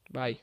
Vai.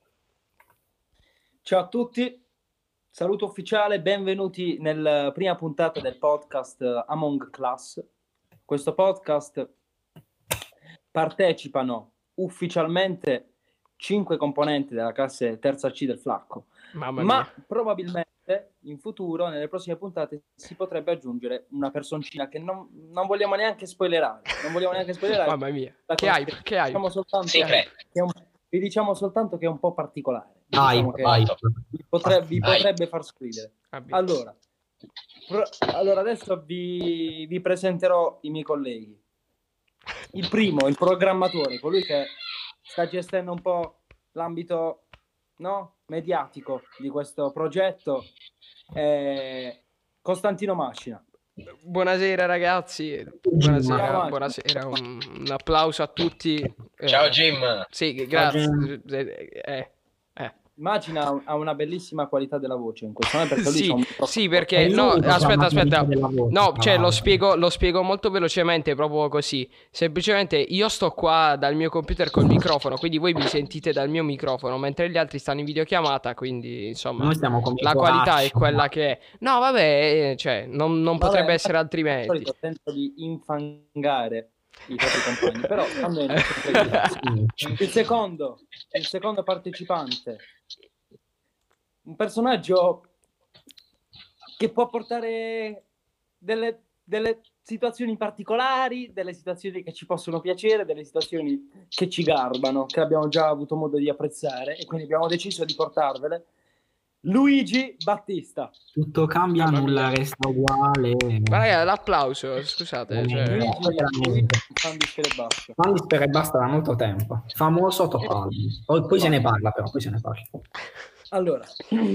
Ciao a tutti, saluto ufficiale, benvenuti nella prima puntata del podcast Among Class. Questo podcast partecipano ufficialmente 5 componenti della classe terza C del Flacco, Mamma ma mia. probabilmente in futuro, nelle prossime puntate, si potrebbe aggiungere una personcina che non vogliamo neanche spoilerare. Non vogliamo neanche spoilerare. Mamma mia. La Che hype, che hype. diciamo soltanto Secret. vi diciamo soltanto che è un po' particolare. Dai, Diciamo che vai. vi potrebbe far sorridere. Allora adesso vi presenterò i miei colleghi. Il primo, il programmatore, colui che sta gestendo un po' l'ambito, no, mediatico di questo progetto, è Costantino Mascina. Buonasera ragazzi. Ciao, Buonasera. Un applauso a tutti. Ciao Jim. Sì, grazie. Immagina ha una bellissima qualità della voce in questo momento, perché lui sì, perché no, aspetta. No, cioè lo spiego molto velocemente, proprio così. Semplicemente io sto qua dal mio computer col microfono, quindi voi mi sentite dal mio microfono, mentre gli altri stanno in videochiamata, quindi insomma Noi stiamo come la qualità è quella che è. No, vabbè, cioè non potrebbe essere altrimenti. Tento di infangare i propri compagni, però almeno il secondo partecipante, un personaggio che può portare delle situazioni particolari, delle situazioni che ci possono piacere, delle situazioni che ci garbano, che abbiamo già avuto modo di apprezzare, e quindi abbiamo deciso di portarvele. Luigi Battista. Tutto cambia, nulla resta uguale. Ma ragazzi, l'applauso, scusate. Fandispera e basta da molto tempo. Famoso totale. Poi se ne parla, però. Poi se ne parla. Allora,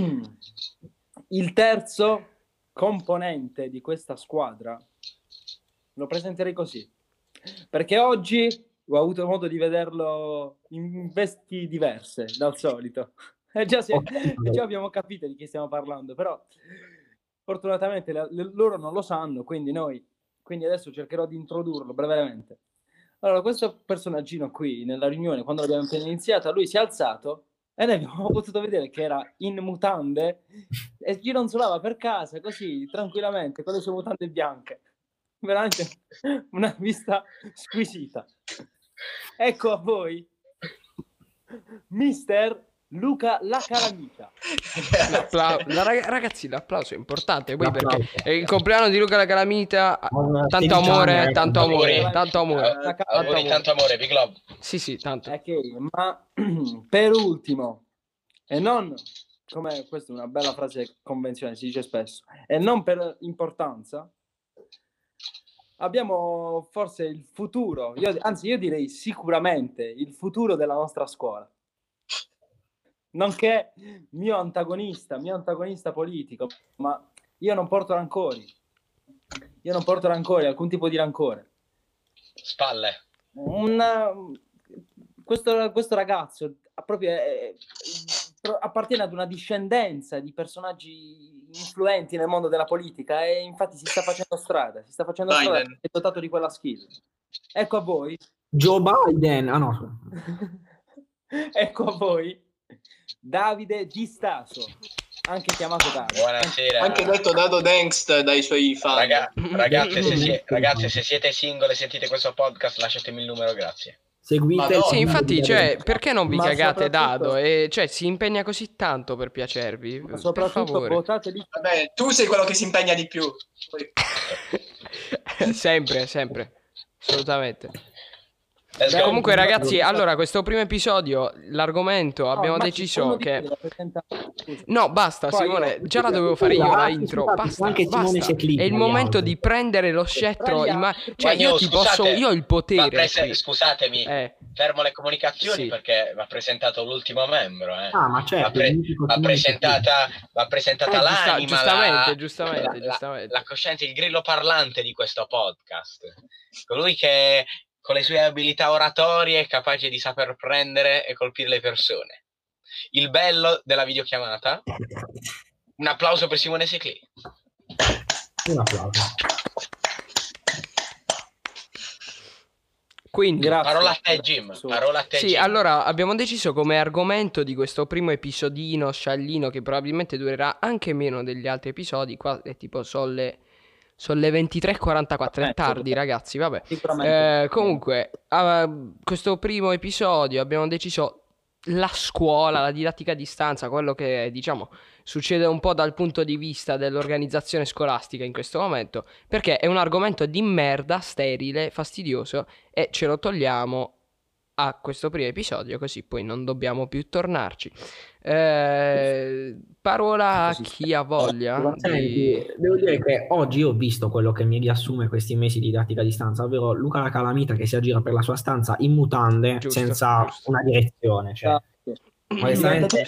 il terzo componente di questa squadra lo presenterei così, perché oggi ho avuto modo di vederlo in vesti diverse dal solito. Già abbiamo capito di chi stiamo parlando, però fortunatamente loro non lo sanno, quindi adesso cercherò di introdurlo brevemente. Allora, questo personaggino qui nella riunione, quando l'abbiamo appena iniziata, lui si è alzato e noi abbiamo potuto vedere che era in mutande e gironzolava per casa così tranquillamente con le sue mutande bianche. Veramente una vista squisita. Ecco a voi Mister Luca La Calamita. Ragazzi, l'applauso è importante poi, perché è il compleanno di Luca La Calamita. Tanto amore, Big Love. Sì, tanto. Ma per ultimo, e non come questa è una bella frase convenzionale, si dice spesso, e non per importanza, abbiamo forse il futuro, io direi sicuramente il futuro della nostra scuola, nonché mio antagonista politico, ma io non porto rancori, alcun tipo di rancore. Spalle. Questo ragazzo appartiene ad una discendenza di personaggi influenti nel mondo della politica e infatti si sta facendo strada, è dotato di quella skill. Ecco a voi Joe Biden. No. Ecco a voi Davide Di Staso, anche chiamato Davide. Buonasera. Anche detto Dado Dengst dai suoi fan. Ragazze, se siete single e sentite questo podcast, lasciatemi il numero, grazie. Seguite. Sì, infatti, cioè, perché non vi cagate Dado? Cioè, si impegna così tanto per piacervi. Ma soprattutto votate lì. Vabbè, tu sei quello che si impegna di più. sempre, assolutamente. Comunque ragazzi, allora questo primo episodio, l'argomento abbiamo deciso che no, basta Simone, già la dovevo fare io la intro, basta. È il momento di prendere lo scettro, cioè io ho il potere. Scusatemi, fermo le comunicazioni, sì, perché va presentato l'ultimo membro, ma certo, va presentata l'anima, giustamente. La coscienza, il grillo parlante di questo podcast, colui che con le sue abilità oratorie è capace di saper prendere e colpire le persone. Il bello della videochiamata. Un applauso per Simone Secli. Un applauso. Quindi, Grazie. Parola a te, Jim. Parola a te, sì, Jim. allora abbiamo deciso come argomento di questo primo episodino sciallino, che probabilmente durerà anche meno degli altri episodi. Qua è tipo sono le 23:44, è tardi ragazzi, vabbè. Sicuramente. Comunque, questo primo episodio abbiamo deciso la scuola, la didattica a distanza, quello che diciamo succede un po' dal punto di vista dell'organizzazione scolastica in questo momento, perché è un argomento di merda, sterile, fastidioso, e ce lo togliamo a questo primo episodio, così poi non dobbiamo più tornarci. Parola a chi ha voglia. Senti, devo dire che oggi ho visto quello che mi riassume questi mesi di didattica a distanza, ovvero Luca la Calamita che si aggira per la sua stanza in mutande, Giusto, senza giusto. una direzione. Cioè, onestamente,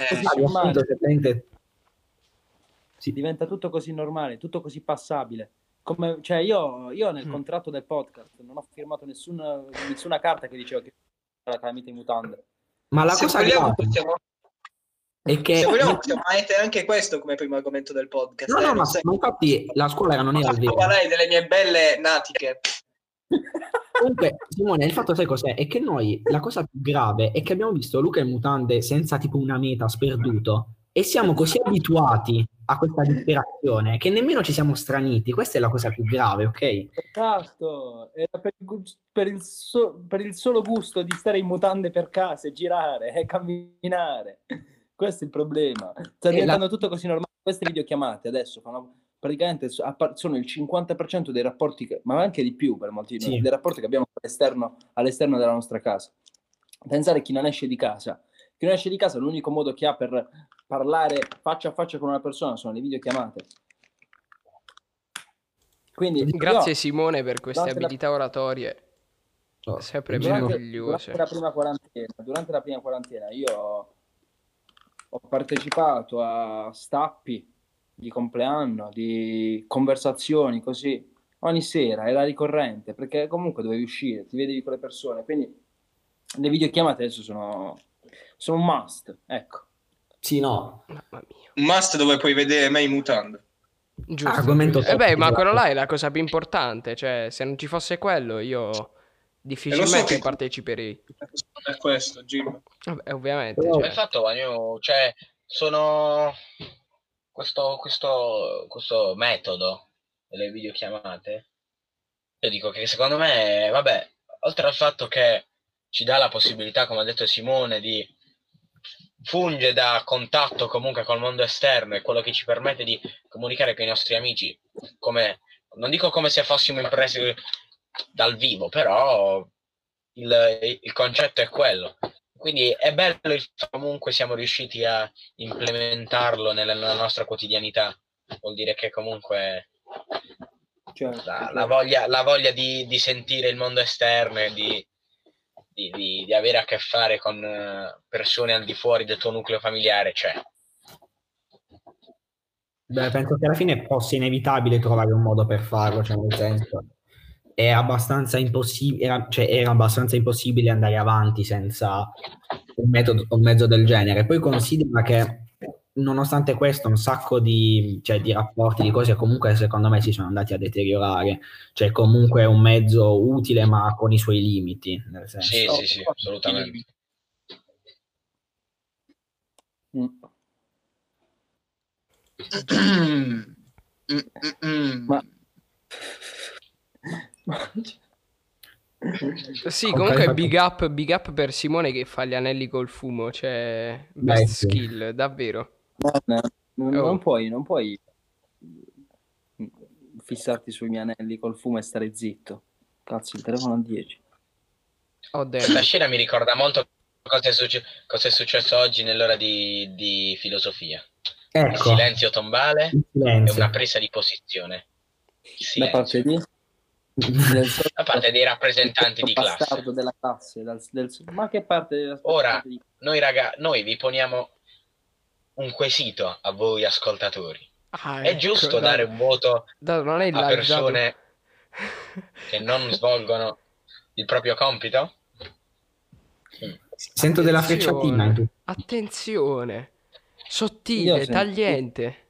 diventa tutto così normale, tutto così passabile. Come, cioè io nel contratto del podcast non ho firmato nessuna carta che diceva che la calamita in mutande. Ma la Se cosa vogliamo, grave possiamo, è che se vogliamo possiamo mettere anche questo come primo argomento del podcast. no, non sei- ma infatti la scuola non era il vero. parlare delle mie belle natiche. Comunque, Simone, il fatto sai cos'è? È che noi, la cosa più grave è che abbiamo visto Luca in mutande senza tipo una meta, sperduto, e siamo così abituati a questa disperazione che nemmeno ci siamo straniti. Questa è la cosa più grave, ok? Esatto, era per il solo gusto di stare in mutande per casa e girare e camminare. Questo è il problema. Sta diventando tutto così normale. Queste videochiamate adesso praticamente sono il 50% dei rapporti, ma anche di più per molti dei rapporti che abbiamo all'esterno della nostra casa. Pensare chi non esce di casa. Chi non esce di casa, l'unico modo che ha per parlare faccia a faccia con una persona sono le videochiamate. Quindi, grazie Simone per queste abilità oratorie sempre meravigliose. Durante la prima quarantena io ho partecipato a stappi di compleanno, di conversazioni così, ogni sera, era ricorrente, perché comunque dovevi uscire, ti vedevi con le persone, quindi le videochiamate adesso sono un must, ecco. Sì, no. Mamma mia. Un must dove puoi vedere me in mutande. Giusto. Argomento ma quello là è la cosa più importante, cioè se non ci fosse quello io difficilmente parteciperei. Per questo, Jim. Vabbè, ovviamente. Però- Il fatto, cioè, sono questo metodo delle videochiamate. Io dico che secondo me, vabbè, oltre al fatto che ci dà la possibilità, come ha detto Simone, di funge da contatto comunque col mondo esterno e quello che ci permette di comunicare con i nostri amici, come non dico come se fossimo impresi dal vivo, però il concetto è quello. Quindi è bello il fatto che comunque siamo riusciti a implementarlo nella nostra quotidianità. Vuol dire che comunque la voglia di sentire il mondo esterno e di avere a che fare con persone al di fuori del tuo nucleo familiare c'è. Beh, penso che alla fine fosse inevitabile trovare un modo per farlo, cioè nel senso è abbastanza impossibile, era abbastanza impossibile andare avanti senza un mezzo del genere. Poi considera che nonostante questo un sacco di rapporti, di cose comunque secondo me si sono andati a deteriorare, cioè comunque è un mezzo utile ma con i suoi limiti, nel senso. Sì, assolutamente. Sì, comunque big up per Simone che fa gli anelli col fumo, cioè best skill, davvero. Non puoi fissarti sui miei anelli col fumo e stare zitto. Cazzo, il telefono a 10. Questa scena mi ricorda molto cosa è successo oggi nell'ora di filosofia. Ecco. Il silenzio tombale e una presa di posizione. Da parte di? Da parte dei rappresentanti di classe. Della classe ma che parte della Ora, noi vi poniamo un quesito a voi ascoltatori. È giusto dare un voto a persone che non svolgono il proprio compito? Sento della frecciatina. Attenzione, sottile, tagliente.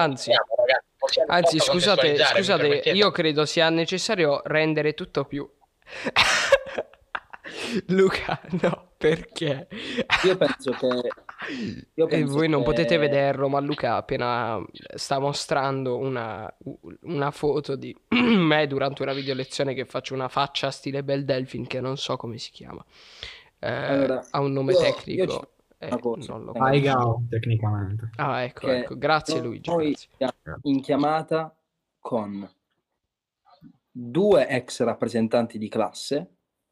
Anzi, scusate, io credo sia necessario rendere tutto più Luca, no, perché? Io penso che... E voi non potete vederlo, ma Luca appena sta mostrando una foto di me durante una video lezione che faccio una faccia stile Belle Delphine che non so come si chiama. Allora, Ha un nome io tecnico una cosa, non lo Aigao, tecnicamente. Ah, ecco, che ecco. Grazie Luigi, noi grazie. siamo in chiamata con 2 ex rappresentanti di classe.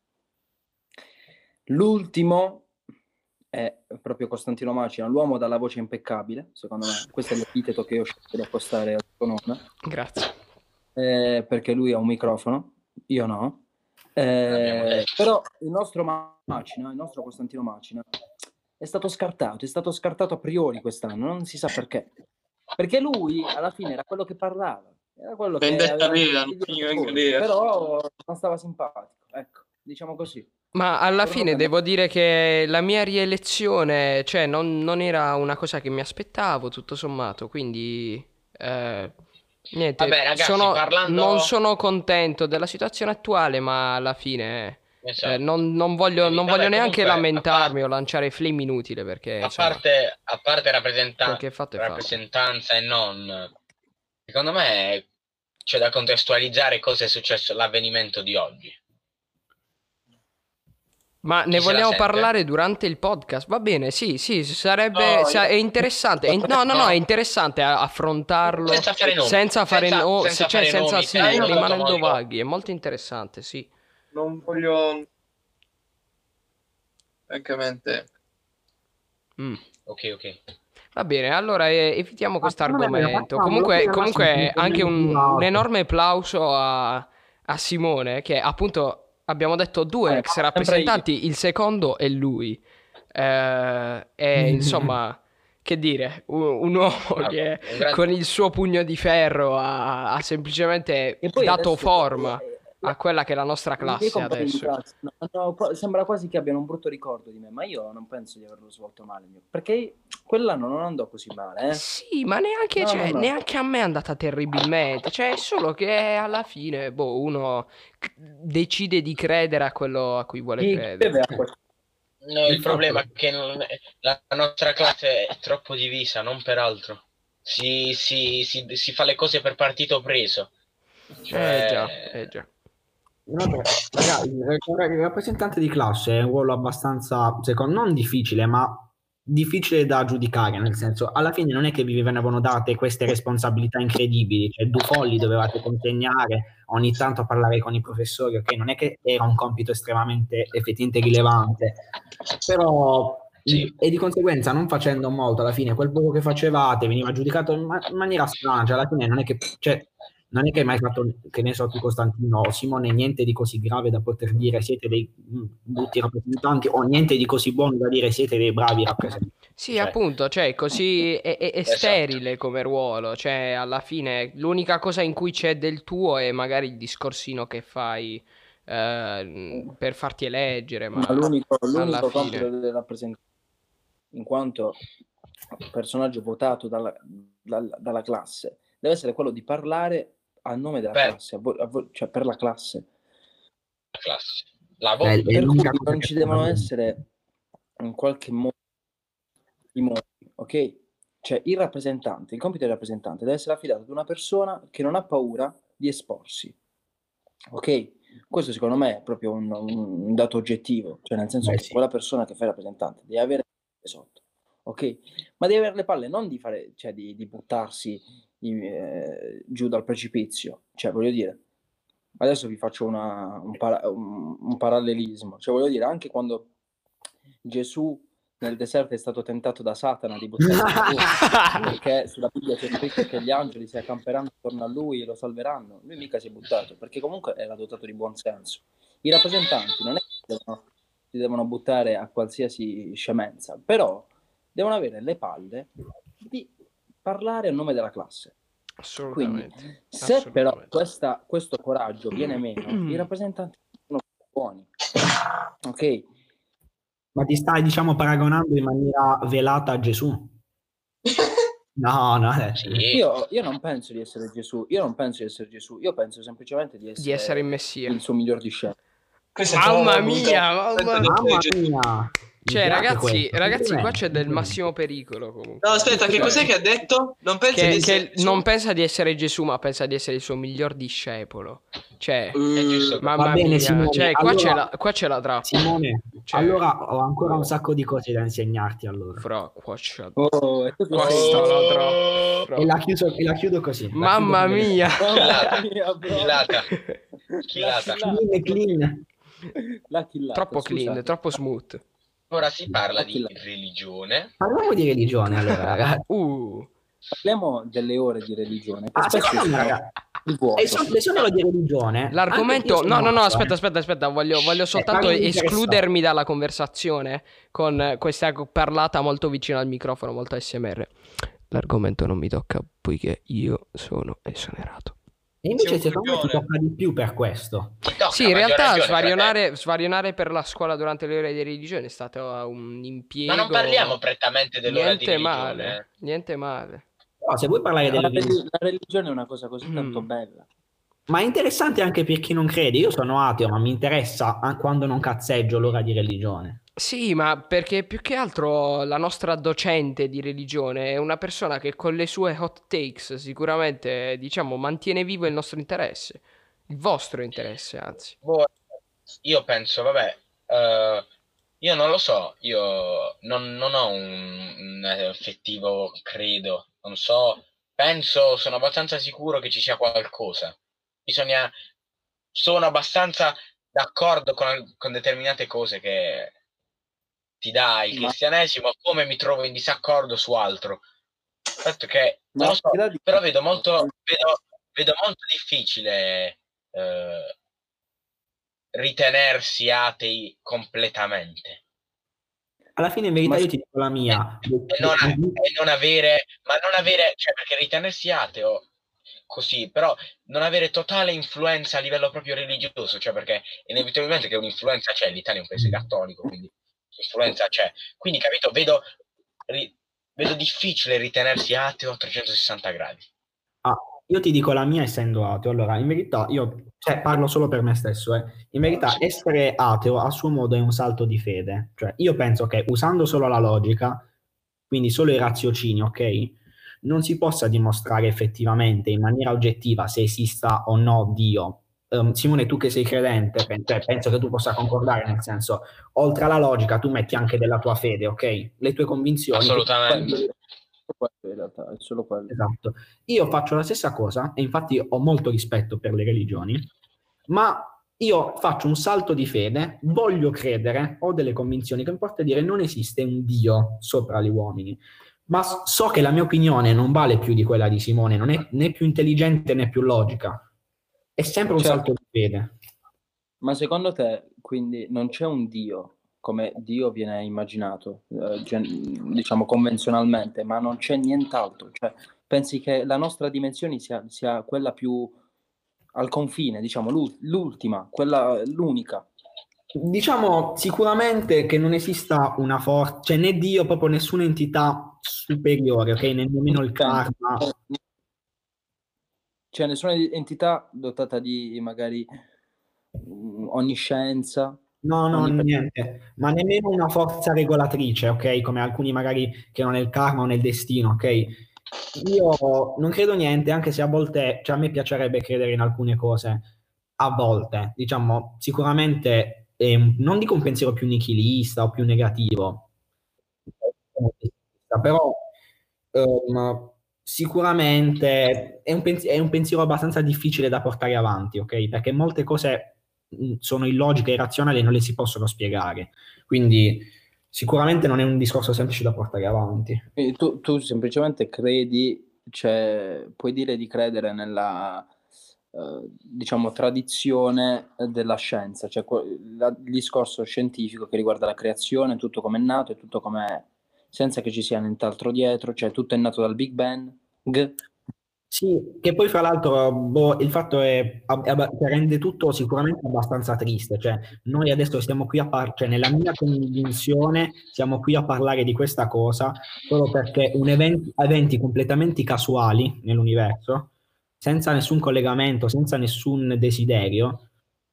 L'ultimo è proprio Costantino Macina, l'uomo dalla voce impeccabile, secondo me. Questo è l'epiteto che io ho scelto di accostare al suo nome. Grazie. Perché lui ha un microfono, io no. Però il nostro Macina, il nostro Costantino Macina, è stato scartato a priori quest'anno, non si sa perché. Perché lui alla fine era quello che parlava, era quello che aveva però non stava simpatico, ecco, diciamo così. Ma alla fine devo dire che la mia rielezione, cioè, non era una cosa che mi aspettavo, tutto sommato, quindi niente, Vabbè, ragazzi, non sono contento della situazione attuale, ma alla fine Esatto. non voglio Vabbè, neanche comunque, lamentarmi o lanciare flame inutile, perché a insomma, parte quel che è fatto è fatto. rappresentanza e non, secondo me c'è da contestualizzare cosa è successo all'avvenimento di oggi. Ma ne vogliamo parlare durante il podcast? Va bene, sì, sarebbe è interessante. No, è interessante affrontarlo senza fare nomi, rimanendo vaghi. È molto interessante, sì. Non voglio francamente. Ok. Va bene, allora evitiamo questo argomento. Comunque anche un enorme applauso a Simone, che appunto abbiamo detto 2 ex rappresentanti, il secondo è lui. E insomma, che dire, un uomo che con il suo pugno di ferro ha semplicemente dato forma a quella che è la nostra classe adesso. Sembra quasi che abbiano un brutto ricordo di me, ma io non penso di averlo svolto male, perché quell'anno non andò così male. Sì, ma neanche, neanche a me è andata terribilmente, cioè è solo che alla fine uno decide di credere a quello a cui vuole credere. No, il problema è che la nostra classe è troppo divisa, non per altro. Si fa le cose per partito preso. Già. Ragazzi, il rappresentante di classe è un ruolo abbastanza, secondo non difficile, ma difficile da giudicare, nel senso, alla fine non è che vi venivano date queste responsabilità incredibili, cioè 2 fogli dovevate consegnare ogni tanto a parlare con i professori, ok? Non è che era un compito estremamente effettivamente rilevante, però sì. E di conseguenza non facendo molto, alla fine quel poco che facevate veniva giudicato in maniera strana, cioè alla fine non è che... non è che hai mai fatto, che ne so, tu Costantino o Simone, niente di così grave da poter dire siete dei brutti rappresentanti, o niente di così buono da dire siete dei bravi rappresentanti. Sì, appunto, cioè così è sterile come ruolo, cioè alla fine l'unica cosa in cui c'è del tuo è magari il discorsino che fai per farti eleggere, ma l'unico alla compito del rappresentante, in quanto personaggio votato dalla classe, deve essere quello di parlare a nome della classe, cioè per la classe. Per cui non ci devono essere in qualche modo i modi, ok? Cioè il compito del rappresentante deve essere affidato ad una persona che non ha paura di esporsi, ok? Questo secondo me è proprio un dato oggettivo, cioè nel senso che quella persona che fa il rappresentante deve avere sotto, ok? Ma deve avere le palle non di fare, cioè di buttarsi giù dal precipizio, cioè voglio dire, adesso vi faccio un parallelismo, cioè voglio dire, anche quando Gesù nel deserto è stato tentato da Satana di buttarsi giù, perché sulla Bibbia c'è scritto che gli angeli si accamperanno attorno a lui e lo salveranno, lui mica si è buttato, perché comunque era dotato di buon senso. I rappresentanti non è che si devono buttare a qualsiasi scemenza, però devono avere le palle di parlare a nome della classe. Assolutamente. Quindi, se però questo coraggio viene meno, i rappresentanti sono buoni, ok? Ma ti stai, diciamo, paragonando in maniera velata a Gesù? No. Io non penso di essere Gesù, io penso semplicemente di essere il Messia, il suo miglior discepolo. Mamma mia, Mamma mia. Cioè, ragazzi, qua c'è del massimo pericolo comunque. No, aspetta, che cos'è che ha detto? Non pensa di essere non pensa di essere Gesù, ma pensa di essere il suo miglior discepolo. Cioè, mamma bene, mia, Simone, cioè, allora, qua c'è la trappola. Simone, Cioè, allora ho ancora un sacco di cose da insegnarti allora. Qua c'è Qua sta la trappola. E la chiudo così. Mamma mia. Chillata. Clean. Troppo clean, troppo smooth. Ora si parla di religione. Parliamo di religione allora, ragazzi. Parliamo delle ore di religione. Sono di religione. L'argomento... No, aspetta. Voglio soltanto escludermi dalla conversazione con questa parlata molto vicino al microfono, molto ASMR. L'argomento non mi tocca poiché io sono esonerato. E invece secondo me ti tocca di più per questo. Sì, in realtà svarionare per la scuola durante le ore di religione è stato un impiego. Ma non parliamo prettamente dell'ora di religione. Niente male. No, se vuoi parlare la religione è una cosa così tanto bella. Ma è interessante anche per chi non crede. Io sono ateo, ma mi interessa quando non cazzeggio l'ora di religione. Sì, ma perché più che altro la nostra docente di religione è una persona che con le sue hot takes sicuramente, diciamo, mantiene vivo il nostro interesse, il vostro interesse, anzi. Io penso, vabbè, io non lo so, io non ho un effettivo credo, non so, sono abbastanza sicuro che ci sia qualcosa. Sono abbastanza d'accordo con determinate cose che ti dà il cristianesimo, come mi trovo in disaccordo su altro. Fatto che non lo so, però vedo molto difficile ritenersi atei completamente. Alla fine in verità io ti dico la mia. E non avere, cioè, perché ritenersi ateo così, però non avere totale influenza a livello proprio religioso, cioè perché inevitabilmente che un'influenza c'è, l'Italia è un paese cattolico, quindi influenza c'è, quindi capito, vedo difficile ritenersi ateo a 360 gradi. Io ti dico la mia essendo ateo. Allora, in verità io parlo solo per me stesso, in verità essere ateo a suo modo è un salto di fede, cioè io penso che usando solo la logica, quindi solo i raziocinio, ok, non si possa dimostrare effettivamente in maniera oggettiva se esista o no Dio. Simone, tu che sei credente, penso che tu possa concordare, nel senso, oltre alla logica tu metti anche della tua fede, ok? Le tue convinzioni. Assolutamente. In realtà è solo quello. Esatto. Io faccio la stessa cosa e infatti ho molto rispetto per le religioni, ma io faccio un salto di fede, voglio credere, ho delle convinzioni che mi porta a dire non esiste un Dio sopra gli uomini, ma so che la mia opinione non vale più di quella di Simone, non è né più intelligente né più logica. È sempre un salto di fede. Ma secondo te, quindi, non c'è un Dio, come Dio viene immaginato, diciamo convenzionalmente, ma non c'è nient'altro? Cioè, pensi che la nostra dimensione sia quella più al confine, diciamo, l'ultima, quella l'unica? Diciamo sicuramente che non esista una forza, cioè né Dio, proprio nessuna entità superiore, ok? Nemmeno il karma. C'è nessuna entità dotata di magari onniscienza? No, niente, ma nemmeno una forza regolatrice, ok? Come alcuni magari credono nel karma o nel destino, ok? Io non credo niente, anche se a volte, cioè a me piacerebbe credere in alcune cose, a volte, diciamo, sicuramente non dico un pensiero più nichilista o più negativo, però sicuramente è un pensiero abbastanza difficile da portare avanti, ok? Perché molte cose sono illogiche e irrazionali e non le si possono spiegare. Quindi sicuramente non è un discorso semplice da portare avanti. Tu semplicemente credi, cioè puoi dire di credere nella diciamo tradizione della scienza, cioè il discorso scientifico che riguarda la creazione, tutto come è nato e tutto come è, senza che ci sia nient'altro dietro, cioè tutto è nato dal Big Bang. Sì, che poi fra l'altro il fatto che rende tutto sicuramente abbastanza triste, cioè noi adesso stiamo qui cioè nella mia convinzione siamo qui a parlare di questa cosa solo perché eventi completamente casuali nell'universo, senza nessun collegamento, senza nessun desiderio,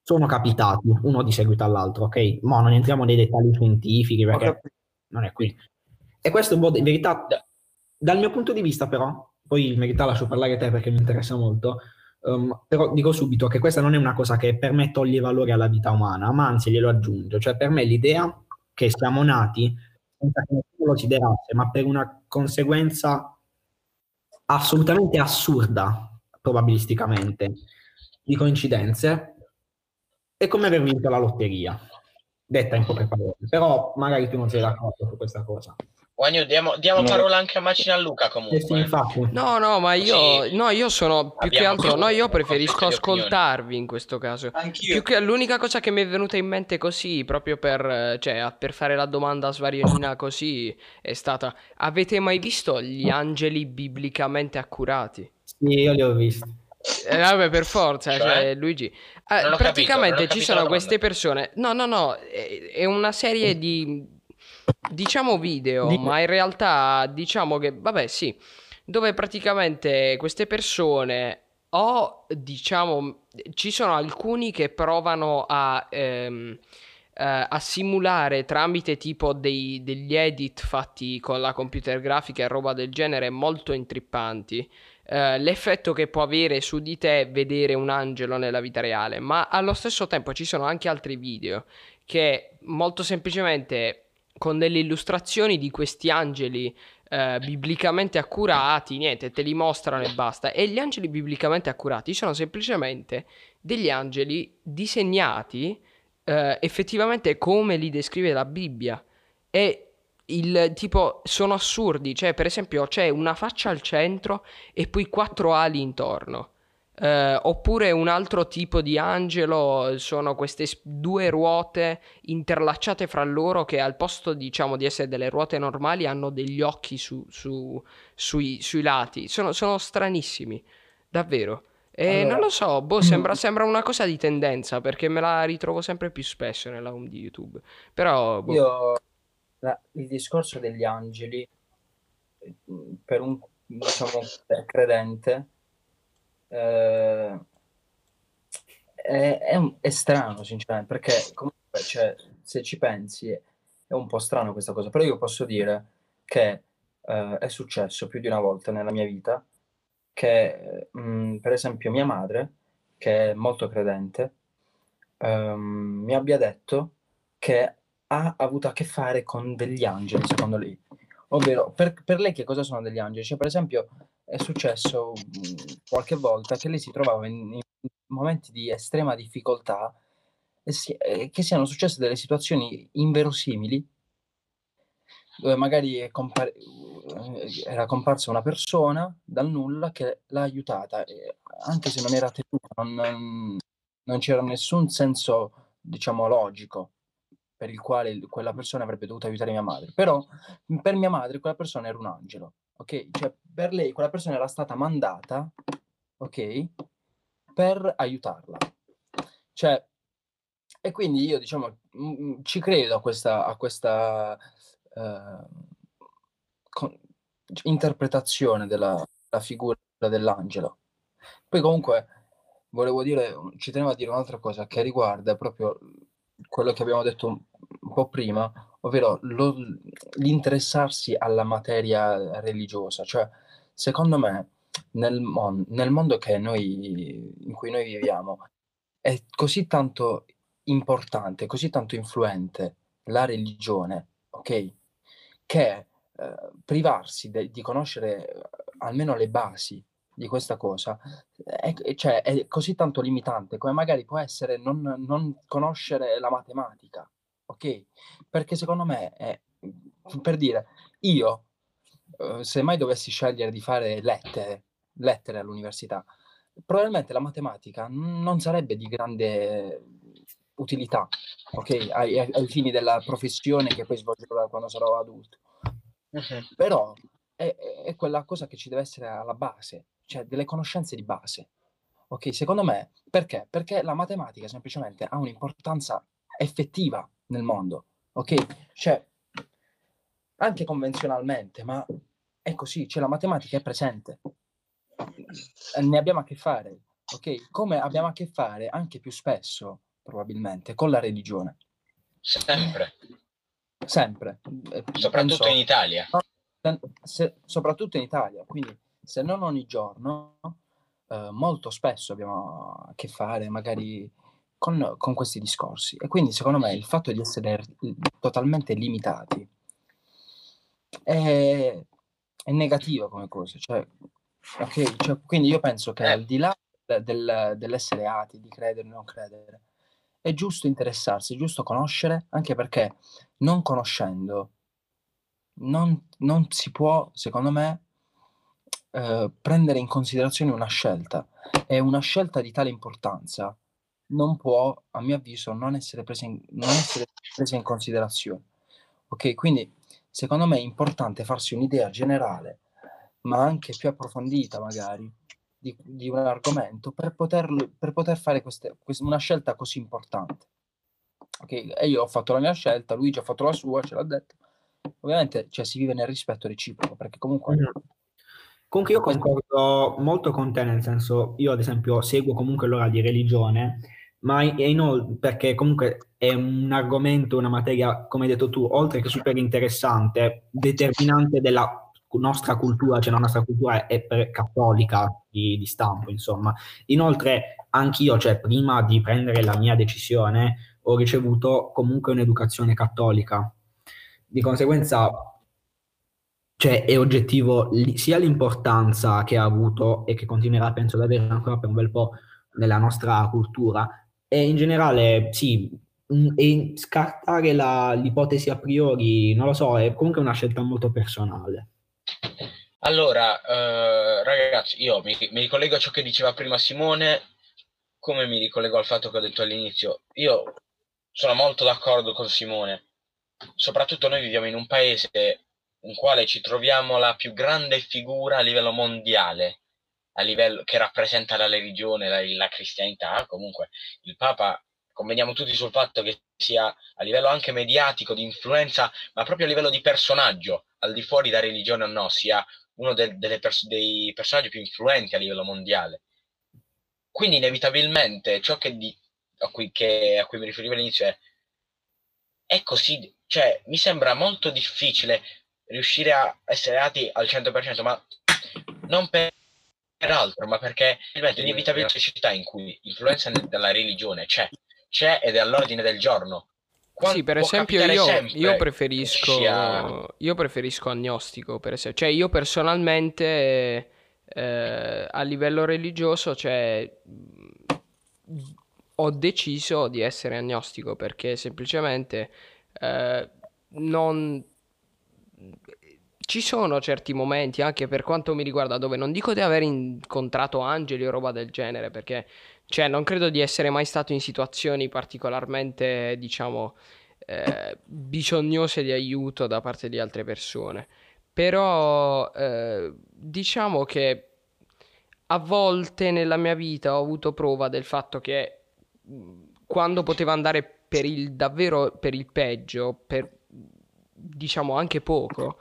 sono capitati uno di seguito all'altro, ok? Ma non entriamo nei dettagli scientifici perché non è qui. E questo in verità, dal mio punto di vista però, poi in verità lascio parlare te perché mi interessa molto, però dico subito che questa non è una cosa che per me toglie valore alla vita umana, ma anzi glielo aggiungo. Cioè per me l'idea che siamo nati senza che nessuno lo desiderasse, ma per una conseguenza assolutamente assurda, probabilisticamente, di coincidenze, è come aver vinto la lotteria, detta in poche parole. Però magari tu non sei d'accordo su questa cosa. Guagno, diamo parola anche a Macina Luca comunque. Sì, infatti. No, ma io sono più che altro, no, io preferisco ascoltarvi in questo caso. Anch'io. Più che l'unica cosa che mi è venuta in mente così, proprio per fare la domanda svarionina così, è stata: avete mai visto gli angeli biblicamente accurati? Sì, io li ho visti. Vabbè, per forza, cioè, Luigi. Praticamente ci sono queste persone. No, è una serie di, diciamo, video, ma in realtà diciamo che, vabbè, sì, dove praticamente queste persone o, diciamo, ci sono alcuni che provano a simulare tramite tipo degli edit fatti con la computer grafica e roba del genere molto intrippanti. L'effetto che può avere su di te vedere un angelo nella vita reale, ma allo stesso tempo ci sono anche altri video che molto semplicemente con delle illustrazioni di questi angeli biblicamente accurati, niente, te li mostrano e basta. E gli angeli biblicamente accurati sono semplicemente degli angeli disegnati effettivamente come li descrive la Bibbia. E il tipo sono assurdi, cioè per esempio c'è una faccia al centro e poi 4 ali intorno. Oppure un altro tipo di angelo sono queste 2 ruote interlacciate fra loro che al posto, diciamo, di essere delle ruote normali hanno degli occhi sui lati. Sono stranissimi, davvero. E Allora, non lo so, boh, sembra una cosa di tendenza perché me la ritrovo sempre più spesso nella home di YouTube. Però, boh. io il discorso degli angeli per un, diciamo, credente è strano, sinceramente, perché comunque, cioè, se ci pensi è un po' strano questa cosa, però io posso dire che è successo più di una volta nella mia vita che, per esempio, mia madre, che è molto credente, mi abbia detto che ha avuto a che fare con degli angeli, secondo lei. Ovvero, per lei che cosa sono degli angeli? Cioè, per esempio, è successo qualche volta che lei si trovava in momenti di estrema difficoltà e che siano successe delle situazioni inverosimili dove magari era comparsa una persona dal nulla che l'ha aiutata, anche se non era tenuta, non c'era nessun senso, diciamo, logico per il quale quella persona avrebbe dovuto aiutare mia madre. Però per mia madre quella persona era un angelo, ok? Cioè per lei quella persona era stata mandata, ok? Per aiutarla. Cioè, e quindi io, diciamo, ci credo a questa interpretazione della figura dell'angelo. Poi comunque volevo dire, ci tenevo a dire un'altra cosa che riguarda proprio quello che abbiamo detto un po' prima, ovvero l'interessarsi alla materia religiosa. Cioè, secondo me, nel mondo in cui noi viviamo, è così tanto importante, così tanto influente la religione, ok? Che privarsi di conoscere almeno le basi di questa cosa cioè, è così tanto limitante come magari può essere non conoscere la matematica, ok? Perché secondo me è, per dire, io se mai dovessi scegliere di fare lettere all'università, probabilmente la matematica non sarebbe di grande utilità, ok? Ai fini della professione che poi svolgerò quando sarò adulto. Però è quella cosa che ci deve essere alla base, cioè delle conoscenze di base. Ok, secondo me, perché? Perché la matematica semplicemente ha un'importanza effettiva nel mondo, ok? Cioè, anche convenzionalmente, ma è così, cioè la matematica è presente. Ne abbiamo a che fare, ok? Come abbiamo a che fare anche più spesso probabilmente, con la religione. Sempre. Sempre. Soprattutto in Italia. Soprattutto in Italia, quindi se non ogni giorno, molto spesso abbiamo a che fare magari con questi discorsi. E quindi secondo me il fatto di essere totalmente limitati è negativa come cosa. Cioè, okay, cioè, quindi io penso che al di là dell'essere atei, di credere o non credere, è giusto interessarsi, è giusto conoscere, anche perché non conoscendo non si può, secondo me, prendere in considerazione una scelta. E una scelta di tale importanza non può, a mio avviso, non essere presa in considerazione. Ok? Quindi, secondo me è importante farsi un'idea generale, ma anche più approfondita magari, di un argomento per poter fare una scelta così importante. Ok? E io ho fatto la mia scelta, Luigi ha fatto la sua, ce l'ha detto. Ovviamente, cioè, si vive nel rispetto reciproco, perché comunque... Comunque io concordo molto con te, nel senso, io ad esempio seguo comunque l'ora di religione, ma perché comunque è un argomento, una materia, come hai detto tu, oltre che super interessante, determinante della nostra cultura, cioè la nostra cultura è cattolica di stampo, insomma. Inoltre, anch'io, cioè prima di prendere la mia decisione, ho ricevuto comunque un'educazione cattolica. Di conseguenza, cioè, è oggettivo sia l'importanza che ha avuto e che continuerà, penso, ad avere ancora per un bel po' nella nostra cultura, e in generale, sì, e scartare l'ipotesi a priori, non lo so, è comunque una scelta molto personale. Allora, ragazzi, io mi ricollego a ciò che diceva prima Simone, come mi ricollego al fatto che ho detto all'inizio. Io sono molto d'accordo con Simone, soprattutto noi viviamo in un paese in quale ci troviamo la più grande figura a livello mondiale, a livello che rappresenta la religione, la cristianità. Comunque il Papa, conveniamo tutti sul fatto che sia a livello anche mediatico, di influenza, ma proprio a livello di personaggio, al di fuori da religione o no, sia uno dei personaggi più influenti a livello mondiale. Quindi inevitabilmente ciò a cui mi riferivo all'inizio è così, cioè mi sembra molto difficile riuscire a essere atei al 100%, ma non per altro, ma perché inevitabilmente una società in cui l'influenza della religione c'è ed è all'ordine del giorno. Sì, per esempio io preferisco agnostico, per esempio. Cioè io personalmente a livello religioso, cioè, ho deciso di essere agnostico perché semplicemente non... Ci sono certi momenti, anche per quanto mi riguarda, dove non dico di aver incontrato angeli o roba del genere, perché cioè, non credo di essere mai stato in situazioni particolarmente, diciamo, bisognose di aiuto da parte di altre persone. Però diciamo che a volte nella mia vita ho avuto prova del fatto che quando poteva andare per il davvero per il peggio, per diciamo anche poco,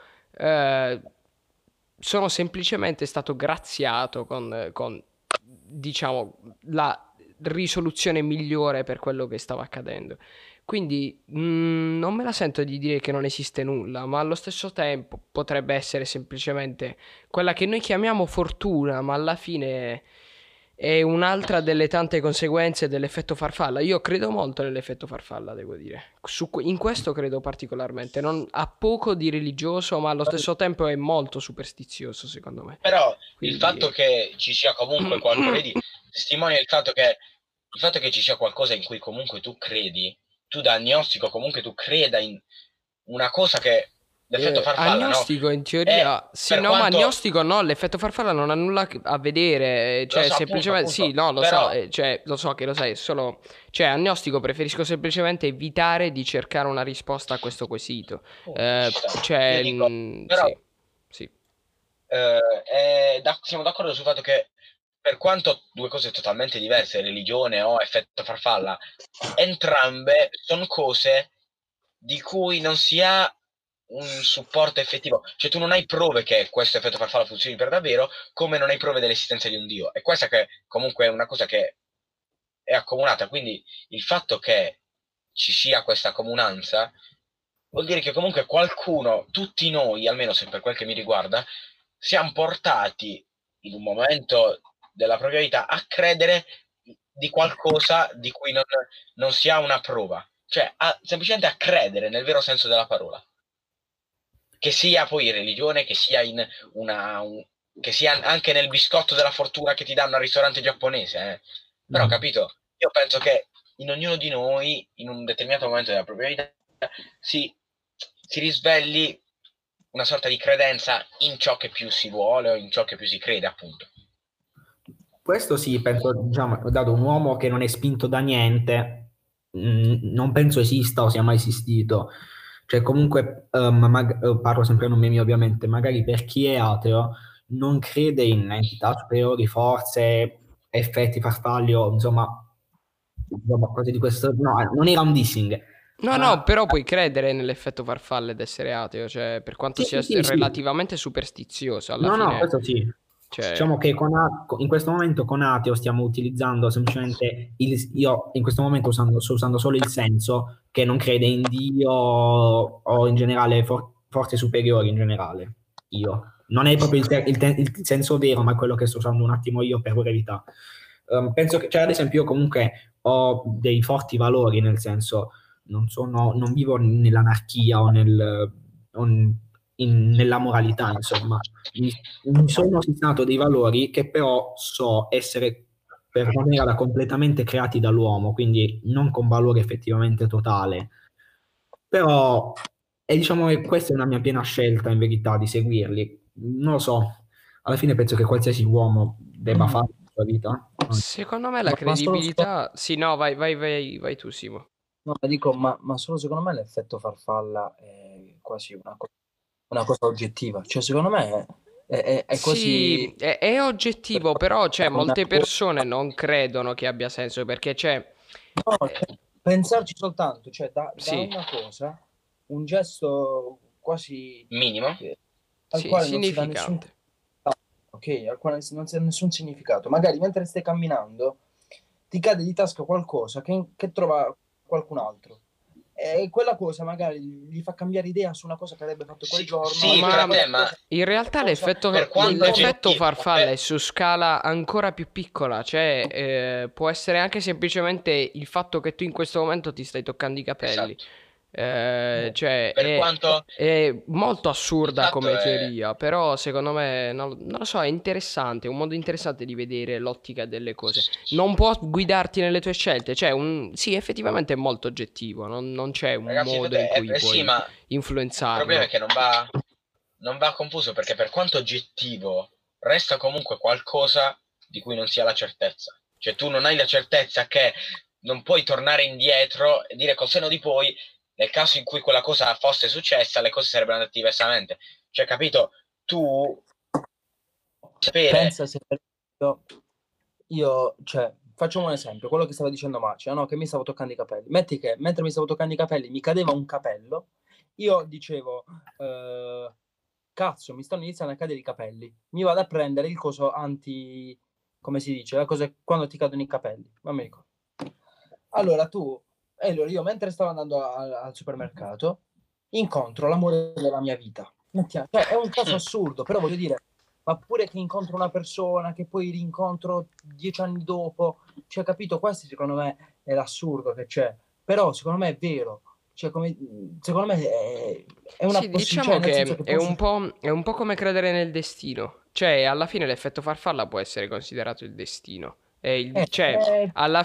sono semplicemente stato graziato con diciamo la risoluzione migliore per quello che stava accadendo. Quindi non me la sento di dire che non esiste nulla, ma allo stesso tempo potrebbe essere semplicemente quella che noi chiamiamo fortuna, ma alla fine è un'altra delle tante conseguenze dell'effetto farfalla. Io credo molto nell'effetto farfalla, devo dire. In questo credo particolarmente. Non ha poco di religioso, ma allo stesso tempo è molto superstizioso, secondo me. Però quindi... il fatto che ci sia comunque qualcosa, vedi, testimonia il fatto che ci sia qualcosa in cui comunque tu credi, tu da agnostico comunque tu creda in una cosa che l'effetto farfalla, agnostico, no? In teoria sì, no, ma agnostico no, l'effetto farfalla non ha nulla a vedere, cioè so, semplicemente appunto. Sì, no, lo però... so, cioè lo so che lo sai, solo cioè agnostico preferisco semplicemente evitare di cercare una risposta a questo quesito. Cioè dico, però, sì. Siamo d'accordo sul fatto che per quanto due cose totalmente diverse, religione o effetto farfalla, entrambe sono cose di cui non si ha un supporto effettivo, cioè tu non hai prove che questo effetto farfalla funzioni per davvero, come non hai prove dell'esistenza di un dio. E questa che comunque è una cosa che è accomunata, quindi il fatto che ci sia questa comunanza vuol dire che comunque qualcuno, tutti noi, almeno se per quel che mi riguarda, siamo portati in un momento della propria vita a credere di qualcosa di cui non si ha una prova, cioè semplicemente a credere nel vero senso della parola, che sia poi in religione, che sia che sia anche nel biscotto della fortuna che ti danno al ristorante giapponese, però capito, io penso che in ognuno di noi in un determinato momento della propria vita si risvegli una sorta di credenza in ciò che più si vuole o in ciò che più si crede, appunto. Questo sì, penso, diciamo, dato un uomo che non è spinto da niente, non penso esista o sia mai esistito. Cioè comunque, parlo sempre a nome mio ovviamente, magari per chi è ateo non crede in entità superiori, forze, effetti farfalli o insomma cose di questo, no, non era un dissing. No, però puoi credere nell'effetto farfalle ed essere ateo, cioè per quanto sia relativamente superstizioso alla fine. No, questo sì. Cioè... Diciamo che in questo momento con ateo stiamo utilizzando semplicemente io in questo momento sto usando solo il senso che non crede in Dio o in generale forze superiori in generale. Io. Non è proprio il senso vero, ma è quello che sto usando un attimo io per brevità. Penso che, cioè, ad esempio, io comunque ho dei forti valori, nel senso non vivo nell'anarchia o nella moralità, insomma. Mi sono fissato dei valori che però so essere per maniera completamente creati dall'uomo, quindi non con valore effettivamente totale. Però diciamo che questa è una mia piena scelta in verità di seguirli. Non lo so, alla fine penso che qualsiasi uomo debba fare la sua vita. Secondo me la credibilità... Sì, no, vai tu, Simo. No, dico, ma solo secondo me l'effetto farfalla è quasi una cosa oggettiva. Cioè, secondo me è così... Sì, è oggettivo, però molte persone non credono che abbia senso, perché No, pensarci soltanto, cioè da una cosa, un gesto quasi... minimo? Al quale significante. Al quale non si ha nessun significato. Magari mentre stai camminando ti cade di tasca qualcosa che trova qualcun altro. E quella cosa magari gli fa cambiare idea su una cosa che avrebbe fatto quel giorno. Sì, ma in realtà l'effetto farfalla è su scala ancora più piccola, cioè può essere anche semplicemente il fatto che tu in questo momento ti stai toccando i capelli. Esatto. Cioè è molto assurda come teoria, però secondo me non lo so, è interessante, è un modo interessante di vedere l'ottica delle cose. Non può guidarti nelle tue scelte, sì, effettivamente è molto oggettivo, non c'è un modo in cui puoi influenzarlo. Il problema è che non va confuso, perché per quanto oggettivo resta comunque qualcosa di cui non si ha la certezza. Cioè tu non hai la certezza che non puoi tornare indietro e dire col senno di poi, nel caso in cui quella cosa fosse successa, le cose sarebbero andate diversamente. Cioè, capito? Tu sapere... Pensa se io, cioè, facciamo un esempio, quello che stava dicendo Macia, no? Che mi stavo toccando i capelli. Metti che mentre mi stavo toccando i capelli mi cadeva un capello, io dicevo, cazzo, mi stanno iniziando a cadere i capelli. Mi vado a prendere il coso come si dice, la cosa quando ti cadono i capelli. Non mi ricordo. Allora io mentre stavo andando al supermercato incontro l'amore della mia vita. Cioè, è un caso assurdo, però voglio dire, ma pure che incontro una persona che poi rincontro 10 anni dopo, cioè, capito? Questo secondo me è l'assurdo che c'è, però secondo me è vero. Cioè, secondo me è una diciamo che è un po' come credere nel destino. Cioè, alla fine l'effetto farfalla può essere considerato il destino. Alla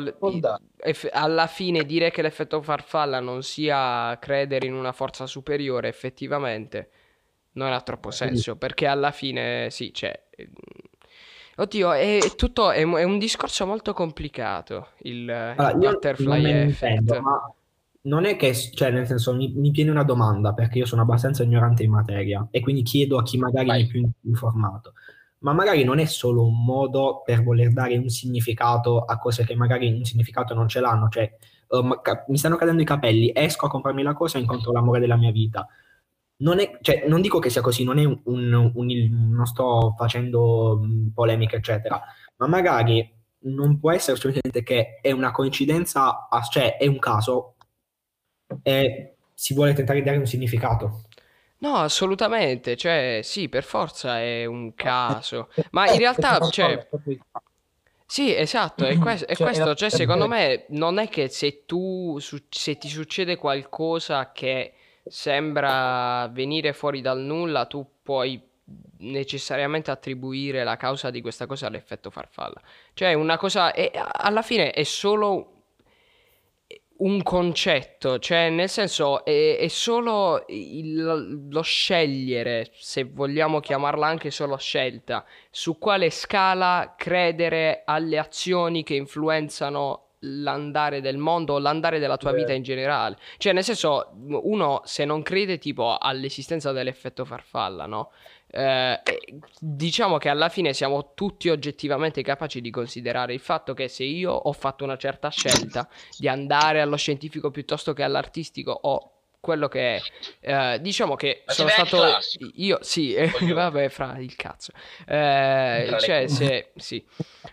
fine dire che l'effetto farfalla non sia credere in una forza superiore, effettivamente non ha troppo senso, perché alla fine sì, oddio, è un discorso molto complicato il butterfly effect. Ma non è che, cioè, nel senso, mi viene una domanda, perché io sono abbastanza ignorante in materia e quindi chiedo a chi magari è più informato. Ma magari non è solo un modo per voler dare un significato a cose che magari un significato non ce l'hanno. Cioè, mi stanno cadendo i capelli, esco a comprarmi la cosa e incontro l'amore della mia vita. Non dico che sia così, non sto facendo polemiche, eccetera, ma magari non può essere semplicemente che è una coincidenza, cioè è un caso e si vuole tentare di dare un significato. No, assolutamente, cioè sì, per forza è un caso, ma in realtà, cioè, sì, esatto, è questo, cioè secondo me non è che se se ti succede qualcosa che sembra venire fuori dal nulla, tu puoi necessariamente attribuire la causa di questa cosa all'effetto farfalla. Cioè una cosa, alla fine è solo un concetto, cioè nel senso è solo lo scegliere, se vogliamo chiamarla anche solo scelta, su quale scala credere alle azioni che influenzano l'andare del mondo o l'andare della tua vita in generale. Cioè nel senso, uno se non crede tipo all'esistenza dell'effetto farfalla, no? Diciamo che alla fine siamo tutti oggettivamente capaci di considerare il fatto che se io ho fatto una certa scelta di andare allo scientifico piuttosto che all'artistico o quello che è, diciamo che Ma sono sei stato classico. io, sì, Coglione. vabbè, fra il cazzo, Tra le cioè cose. se sì.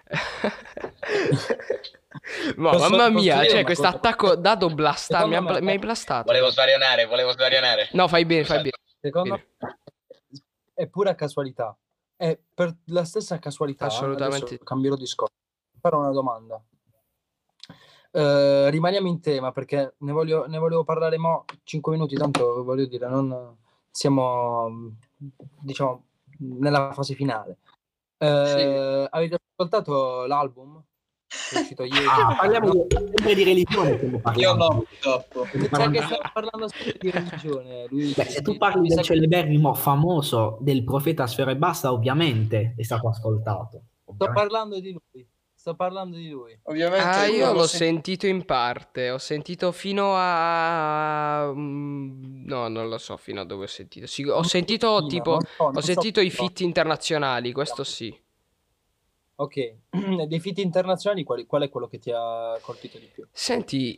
Ma mamma mia, cioè questo attacco dato blasta, mi hai blastato. Volevo svarionare. No, fai bene, fai Scusate. bene. Secondo me è pura casualità. E per la stessa casualità, Assolutamente. adesso cambierò discorso. Farò una domanda. Rimaniamo in tema perché ne volevo parlare 5 minuti, tanto voglio dire, non siamo, diciamo, nella fase finale. Avete ascoltato l'album? Che è uscito ieri? Parliamo sempre di religione. Io no, purtroppo. Sai che stiamo parlando sempre di religione, Luigi. Beh, se tu parli del celeberrimo famoso del profeta Sfera Ebbasta, ovviamente è stato ascoltato. Sto parlando di lui. Ovviamente Io l'ho sentito in parte, ho sentito fino a no, non lo so fino a dove ho sentito. Sì, ho sentito tipo ho sentito i feat internazionali, questo sì. Ok, dei feat internazionali qual è quello che ti ha colpito di più? Senti,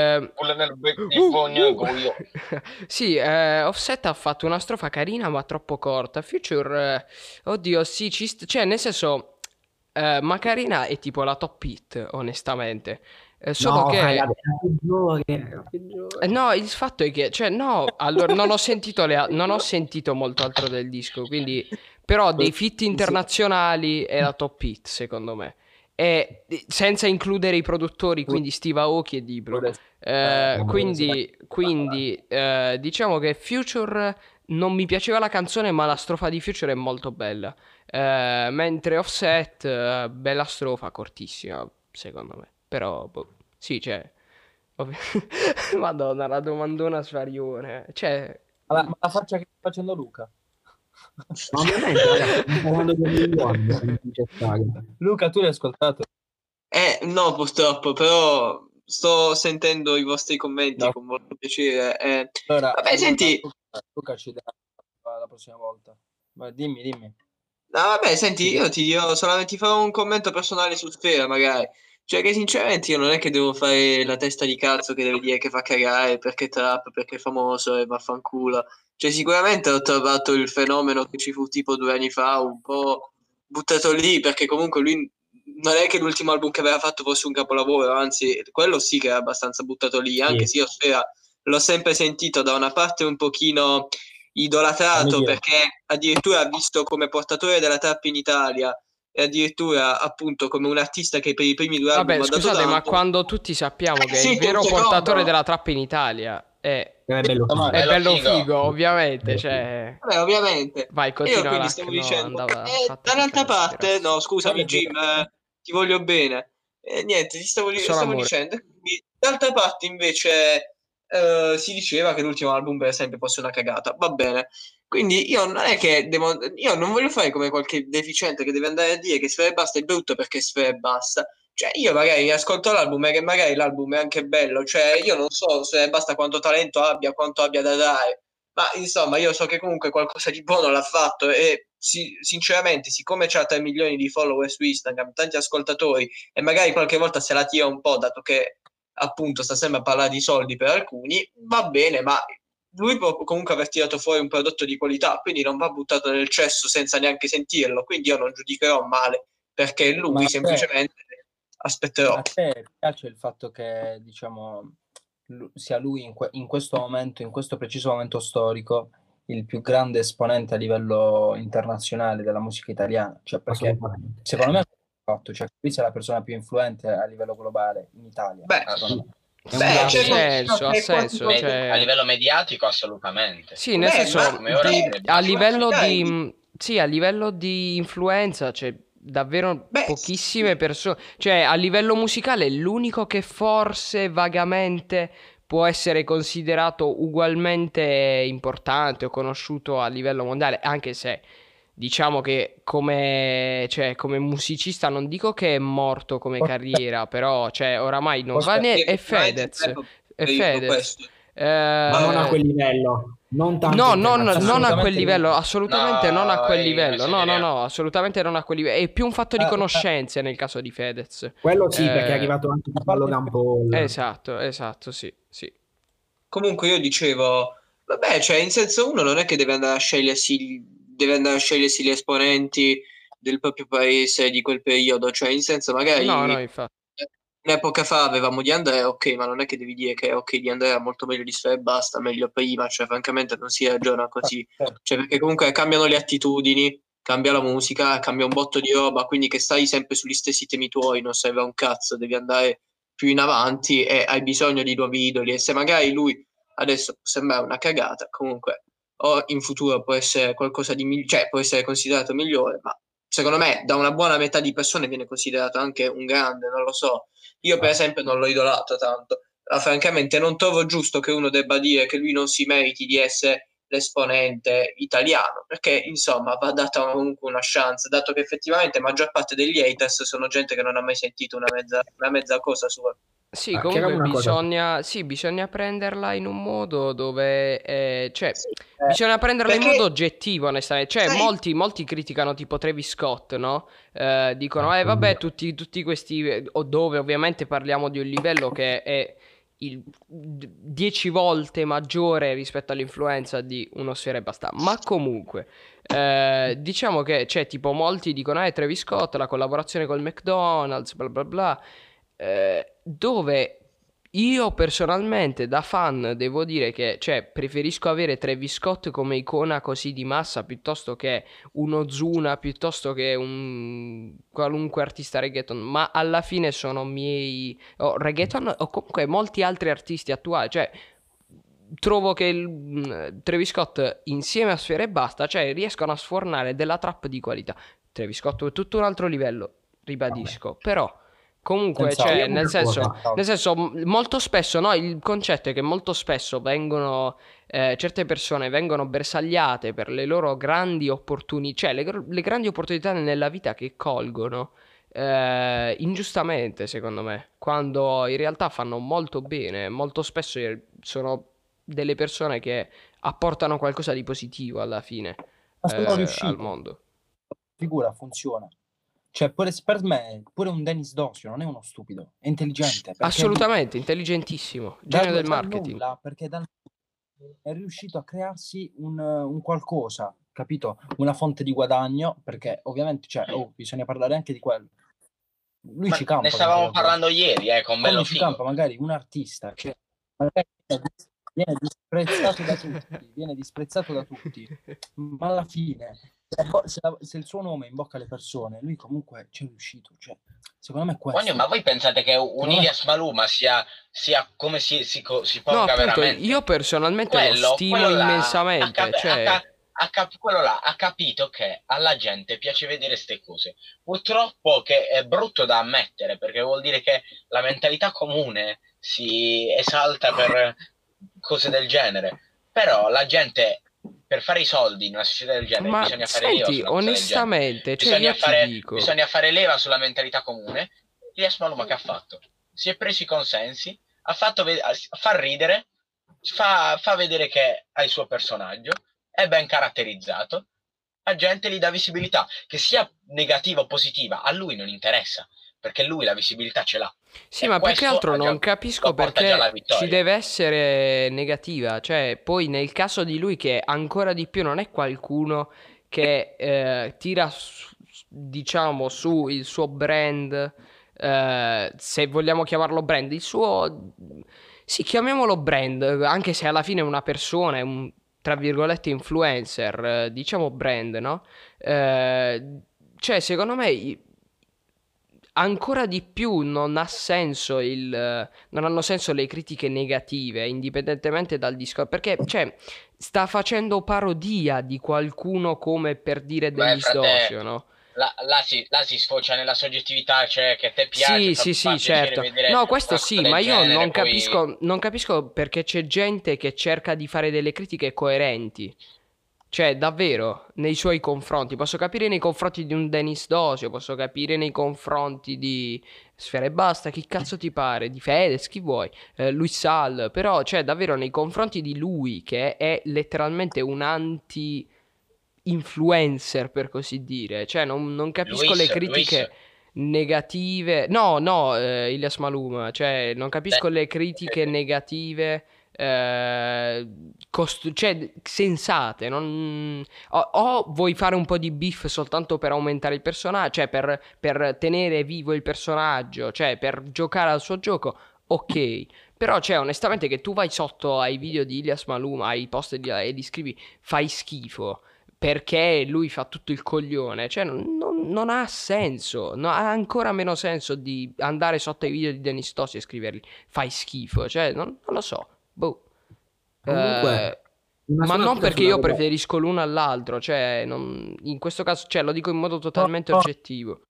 sì, Offset ha fatto una strofa carina ma troppo corta. Future, oddio, sì, cioè nel senso, Macarena è tipo la top hit, onestamente. Solo No, che la peggiore. no, il fatto è che, cioè, no, allora non ho sentito non ho sentito molto altro del disco, quindi, però dei feat internazionali è la top hit, secondo me. E senza includere i produttori, quindi Steve Aoki e Diplo. Quindi diciamo che Future non mi piaceva la canzone, ma la strofa di Future è molto bella. Mentre Offset, bella strofa, cortissima, secondo me. Però, boh, sì, cioè... Madonna, la domandona svarione. Cioè... Ma la faccia che sta facendo Luca. Ma ovviamente, ragazzi, stiamo parlando di milioni. Luca, tu l'hai ascoltato? No, purtroppo, però sto sentendo i vostri commenti con molto piacere. Allora, vabbè, senti... Luca ci dà la prossima volta. Ma dimmi. No, vabbè, senti, io ti farò un commento personale su Sfera, magari. Cioè che sinceramente io non è che devo fare la testa di cazzo che deve dire che fa cagare perché è trap, perché è famoso e vaffanculo. Cioè sicuramente ho trovato il fenomeno che ci fu tipo 2 anni fa un po' buttato lì, perché comunque lui non è che l'ultimo album che aveva fatto fosse un capolavoro, anzi quello sì che era abbastanza buttato lì, anche se io Sfera l'ho sempre sentito da una parte un pochino idolatrato perché addirittura visto come portatore della trap in Italia e addirittura appunto come un artista che per i primi 2 album vabbè, scusate, ma quando tutti sappiamo che il vero portatore della trap in Italia è bello figo, ovviamente, cioè... Vabbè, ovviamente. Vai, continua. Io quindi stavo dicendo dall'altra parte, no, scusami Jim, ti voglio bene. Niente, ti stavo dicendo. D'altra parte invece si diceva che l'ultimo album per esempio fosse una cagata, va bene. Quindi io non è che io non voglio fare come qualche deficiente che deve andare a dire che Sfera Ebbasta è brutto perché Sfera Ebbasta. Cioè io magari ascolto l'album e che magari l'album è anche bello, cioè io non so se basta quanto talento abbia, quanto abbia da dare, ma insomma io so che comunque qualcosa di buono l'ha fatto e sinceramente siccome c'ha 3 milioni di follower su Instagram, tanti ascoltatori e magari qualche volta se la tira un po' dato che appunto sta sempre a parlare di soldi per alcuni, va bene, ma lui può comunque aver tirato fuori un prodotto di qualità, quindi non va buttato nel cesso senza neanche sentirlo, quindi io non giudicherò male perché lui semplicemente aspetterò. A te piace il fatto che, diciamo, sia lui in questo momento, in questo preciso momento storico, il più grande esponente a livello internazionale della musica italiana? Cioè, perché secondo me è fatto, cioè, lui sia la persona più influente a livello globale in Italia. Beh, ha senso, cioè... a livello mediatico assolutamente. Sì, nel senso, a livello di... Sì, a livello di influenza, cioè, davvero pochissime persone. Cioè, a livello musicale, l'unico che forse vagamente può essere considerato ugualmente importante o conosciuto a livello mondiale, anche se diciamo che come musicista non dico che è morto come carriera, però cioè, oramai non va ne... È Fedez. È Fedez. Ma non a quel livello. Non tanto no, non a quel livello, assolutamente non a quel livello. No, No, assolutamente non a quel livello. È più un fatto di conoscenze nel caso di Fedez. Quello sì, perché è arrivato anche a Logan Paul. Esatto, sì. Comunque io dicevo, vabbè, cioè in senso uno non è che deve andare a scegliersi gli esponenti del proprio paese di quel periodo, cioè in senso magari No, infatti. un'epoca fa avevamo Di Andrea, ok, ma non è che devi dire che ok, Di Andrea è molto meglio di Sfera e Basta, meglio prima, cioè francamente non si ragiona così, cioè perché comunque cambiano le attitudini, cambia la musica, cambia un botto di roba, quindi che stai sempre sugli stessi temi tuoi non serve a un cazzo, devi andare più in avanti e hai bisogno di nuovi idoli, e se magari lui adesso può sembrare una cagata, comunque o in futuro può essere qualcosa di cioè può essere considerato migliore, ma secondo me da una buona metà di persone viene considerato anche un grande, non lo so. Io per esempio non lo idolato tanto, ma francamente non trovo giusto che uno debba dire che lui non si meriti di essere l'esponente italiano, perché insomma va data comunque una chance, dato che effettivamente la maggior parte degli haters sono gente che non ha mai sentito una mezza cosa sua. Sì, comunque bisogna prenderla in un modo dove, cioè, bisogna prenderla in modo oggettivo, onestamente. Cioè, molti criticano tipo Travis Scott, no? Dicono, vabbè, tutti questi, dove ovviamente parliamo di un livello che è 10 volte maggiore rispetto all'influenza di uno Sfera Ebbasta. Ma comunque, diciamo che c'è tipo molti dicono, Travis Scott, la collaborazione col McDonald's, bla bla bla. Dove io personalmente da fan devo dire che cioè, preferisco avere Travis Scott come icona così di massa piuttosto che un Ozuna, piuttosto che un qualunque artista reggaeton, ma alla fine sono miei reggaeton o comunque molti altri artisti attuali, cioè trovo che Travis Scott insieme a Sfera Ebbasta cioè riescono a sfornare della trap di qualità. Travis Scott è tutto un altro livello, ribadisco, però comunque, cioè, nel senso, molto spesso, no, il concetto è che molto spesso certe persone vengono bersagliate per le loro grandi opportunità, cioè le grandi opportunità nella vita che colgono, ingiustamente, secondo me, quando in realtà fanno molto bene, molto spesso sono delle persone che apportano qualcosa di positivo alla fine, al mondo. La figura funziona. Cioè, per me, pure un Dennis D'Osio non è uno stupido, è intelligente. Assolutamente, intelligentissimo, genio del marketing. Nulla, perché è riuscito a crearsi un qualcosa, capito? Una fonte di guadagno, perché ovviamente, cioè, bisogna parlare anche di quello. Lui ci campa. Ne stavamo parlando ieri, con Bello ci campa magari un artista che magari viene disprezzato da tutti, ma alla fine se il suo nome imbocca le persone, lui comunque c'è riuscito, cioè, secondo me è questo. Ma voi pensate che un Ilias Maluma sia come si ponga veramente? Io personalmente lo stimo immensamente, quello là ha capito che alla gente piace vedere ste cose. Purtroppo che è brutto da ammettere, perché vuol dire che la mentalità comune si esalta per cose del genere, però la gente per fare i soldi in una società del genere bisogna fare leva sulla onestamente, bisogna fare leva sulla mentalità comune. Ilias Maluma che ha fatto? Si è preso i consensi, fa ridere, fa vedere che ha il suo personaggio, è ben caratterizzato, la gente gli dà visibilità, che sia negativa o positiva, a lui non interessa, perché lui la visibilità ce l'ha. Sì, ma più che altro non capisco perché ci deve essere negativa. Cioè, poi nel caso di lui che ancora di più non è qualcuno che tira, diciamo, su il suo brand se vogliamo chiamarlo brand, il suo... Sì, chiamiamolo brand, anche se alla fine è una persona, è un, tra virgolette, influencer, diciamo brand, no? Cioè, secondo me ancora di più non ha senso non hanno senso le critiche negative, indipendentemente dal discorso, perché, cioè, sta facendo parodia di qualcuno, come per dire Denis Dosio, no? Là si sfocia nella soggettività, cioè che a te piace, Sì, fa piacere certo. vedere No, questo una sì, cosa del ma io genere, non capisco perché c'è gente che cerca di fare delle critiche coerenti. Cioè, davvero, nei suoi confronti. Posso capire nei confronti di un Denis Dosio, posso capire nei confronti di Sfera e Basta, chi cazzo ti pare, di Fedez, chi vuoi, Luis Sal, però, cioè, davvero nei confronti di lui, che è letteralmente un anti-influencer, per così dire. Cioè, non capisco le critiche negative. No, no, Ilias Maluma, cioè, non capisco le critiche negative cioè sensate, o vuoi fare un po' di beef soltanto per aumentare il personaggio, cioè per tenere vivo il personaggio, cioè per giocare al suo gioco, ok. Però, cioè, onestamente, che tu vai sotto ai video di Ilias Maluma, ai post e gli scrivi fai schifo perché lui fa tutto il coglione, cioè non ha senso, ha ancora meno senso di andare sotto ai video di Denis Tossi e scrivergli fai schifo, cioè non lo so. Boh. Comunque, Ma non perché io preferisco l'uno all'altro, cioè in questo caso, cioè, lo dico in modo totalmente oggettivo.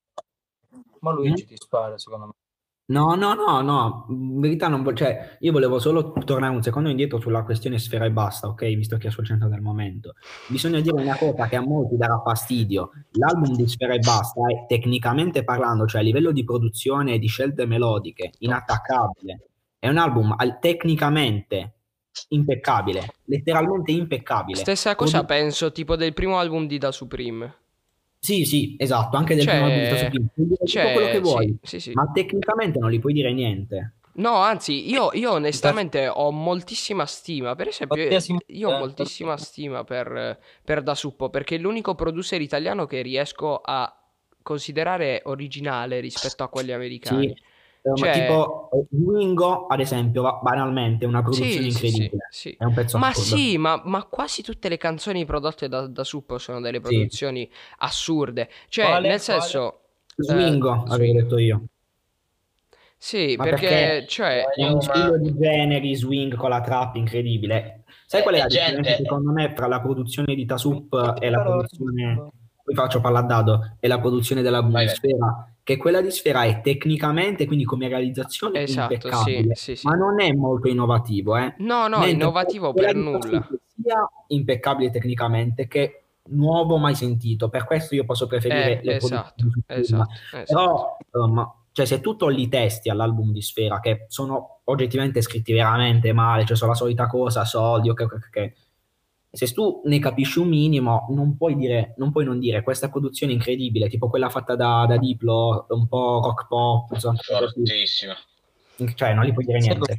Ma Luigi ti spara, secondo me. No, in verità cioè, io volevo solo tornare un secondo indietro sulla questione Sfera e Basta, ok? Visto che è sul centro del momento. Bisogna dire una cosa che a molti darà fastidio. L'album di Sfera e Basta è tecnicamente parlando, cioè a livello di produzione e di scelte melodiche, inattaccabile. È un album tecnicamente impeccabile, letteralmente impeccabile. Stessa cosa penso tipo del primo album di Da Supreme. Sì, esatto, anche del primo album di Da Supreme. Puoi dire tutto quello che vuoi, sì. ma tecnicamente non gli puoi dire niente. No, anzi, io onestamente ho moltissima stima. Per esempio, io ho moltissima stima per Da Suppo, perché è l'unico producer italiano che riesco a considerare originale rispetto a quelli americani. Sì. Cioè, tipo Wingo, ad esempio, banalmente, è una produzione incredibile. Sì. È un pezzo ma assurdo. sì, ma quasi tutte le canzoni prodotte da Suppo sono delle produzioni assurde. Cioè, nel senso... Swingo, avevo detto io. Sì, Ma perché cioè... è un stile di generi, swing con la trap incredibile. Sai qual è la differenza secondo me tra la produzione di Tasup e la produzione... Poi faccio palla a dado, e la produzione della Sfera, che quella di Sfera è tecnicamente, quindi come realizzazione, impeccabile, sì. ma non è molto innovativo, eh? No, innovativo per nulla. Sia impeccabile tecnicamente che nuovo mai sentito, per questo io posso preferire le produzioni. Però, cioè, se tu togli i testi all'album di Sfera, che sono oggettivamente scritti veramente male, cioè sono la solita cosa, soldi, ok, se tu ne capisci un minimo, non puoi non dire questa produzione incredibile, tipo quella fatta da Diplo, un po' rock pop, insomma, fortissima. Cioè, non gli puoi dire niente.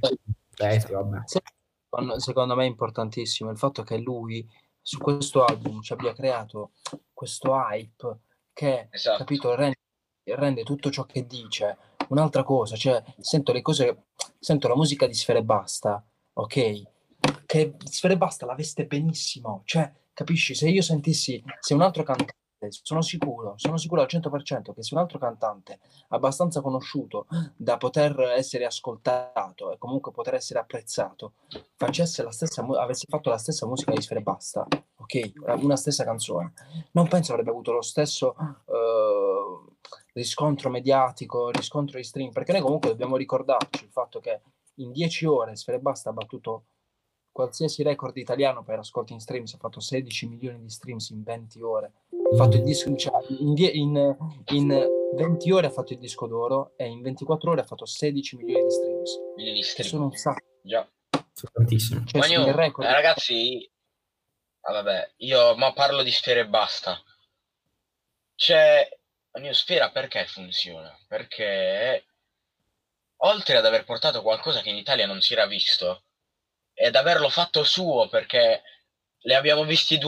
Secondo me è importantissimo il fatto che lui su questo album ci abbia creato questo hype che, capito, rende tutto ciò che dice un'altra cosa. Cioè, sento la musica di Sfera Ebbasta, ok? Che Sfera Ebbasta la veste benissimo, cioè, capisci? Se io sentissi, se un altro cantante, sono sicuro al 100% che se un altro cantante abbastanza conosciuto da poter essere ascoltato e comunque poter essere apprezzato avesse fatto la stessa musica di Sfera Ebbasta, ok? Una stessa canzone, non penso avrebbe avuto lo stesso riscontro mediatico, riscontro di stream, perché noi comunque dobbiamo ricordarci il fatto che in 10 ore Sfera Ebbasta ha battuto qualsiasi record italiano per ascolti in streams, ha fatto 16 milioni di streams in 20 ore. Ha fatto il disco, cioè, in 20 ore ha fatto il disco d'oro e in 24 ore ha fatto 16 milioni di streams. Che sono un sacco. Già. Tantissimo. Cioè, ragazzi, vabbè, io parlo di Sfera e Basta. Cioè, la mia Sfera perché funziona? Perché oltre ad aver portato qualcosa che in Italia non si era visto, ed averlo fatto suo, perché le abbiamo visti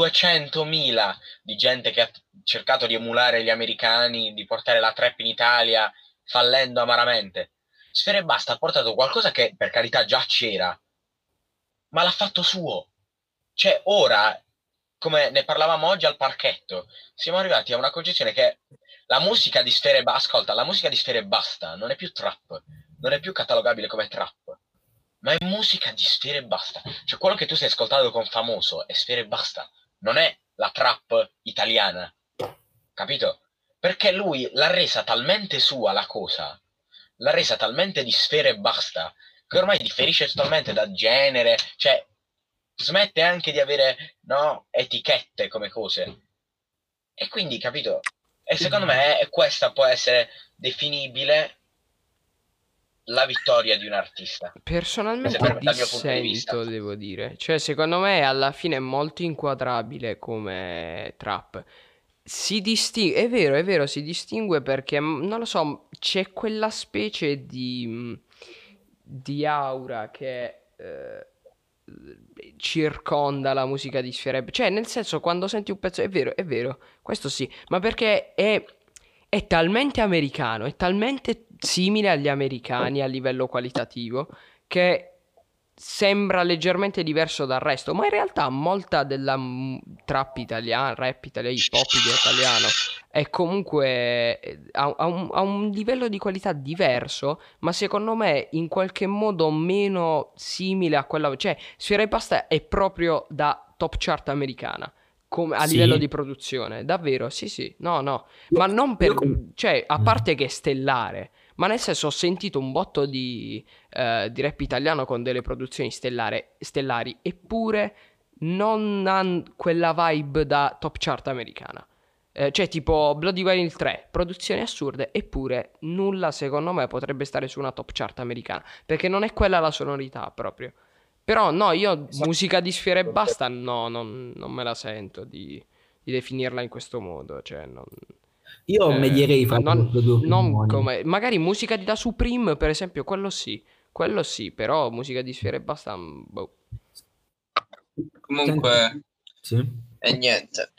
200.000 di gente che ha cercato di emulare gli americani, di portare la trap in Italia, fallendo amaramente. Sfera Ebbasta ha portato qualcosa che per carità già c'era, ma l'ha fatto suo. Cioè ora, come ne parlavamo oggi al parchetto, siamo arrivati a una conclusione che la musica di Sfera Ebbasta, ascolta, la musica di Sfera Ebbasta non è più trap, non è più catalogabile come trap, ma è musica di Sfera Ebbasta. Cioè quello che tu sei ascoltato con Famoso è Sfera Ebbasta, non è la trap italiana, capito? Perché lui l'ha resa talmente sua la cosa, l'ha resa talmente di Sfera Ebbasta, che ormai differisce totalmente da genere, cioè smette anche di avere, no, etichette come cose. E quindi, capito? E secondo me questa può essere definibile la vittoria di un artista. Personalmente dissento, devo dire. Cioè, secondo me alla fine è molto inquadrabile come trap. Si distingue, è vero, si distingue perché, non lo so, c'è quella specie di aura che circonda la musica di Sfera Ebbasta. Cioè, nel senso, quando senti un pezzo, è vero, questo sì, ma perché è talmente americano, è talmente simile agli americani a livello qualitativo che sembra leggermente diverso dal resto, ma in realtà molta della trap italiana, rap italiano, hip hop italiano è comunque ha un livello di qualità diverso, ma secondo me in qualche modo meno simile a quella, cioè Sfera Ebbasta è proprio da top chart americana. A livello di produzione, davvero, sì, no, ma non per, cioè, a parte che è stellare, ma nel senso ho sentito un botto di rap italiano con delle produzioni stellari, eppure non ha quella vibe da top chart americana. Cioè tipo Bloody Vinyl 3, produzioni assurde, eppure nulla secondo me potrebbe stare su una top chart americana, perché non è quella la sonorità proprio. Però no, io musica di Sfera Ebbasta no, non me la sento di definirla in questo modo, cioè non... Io medierei fra queste due non come magari musica di Da Supreme, per esempio, quello sì, però musica di Sfera Ebbasta boh. Comunque sì. E niente.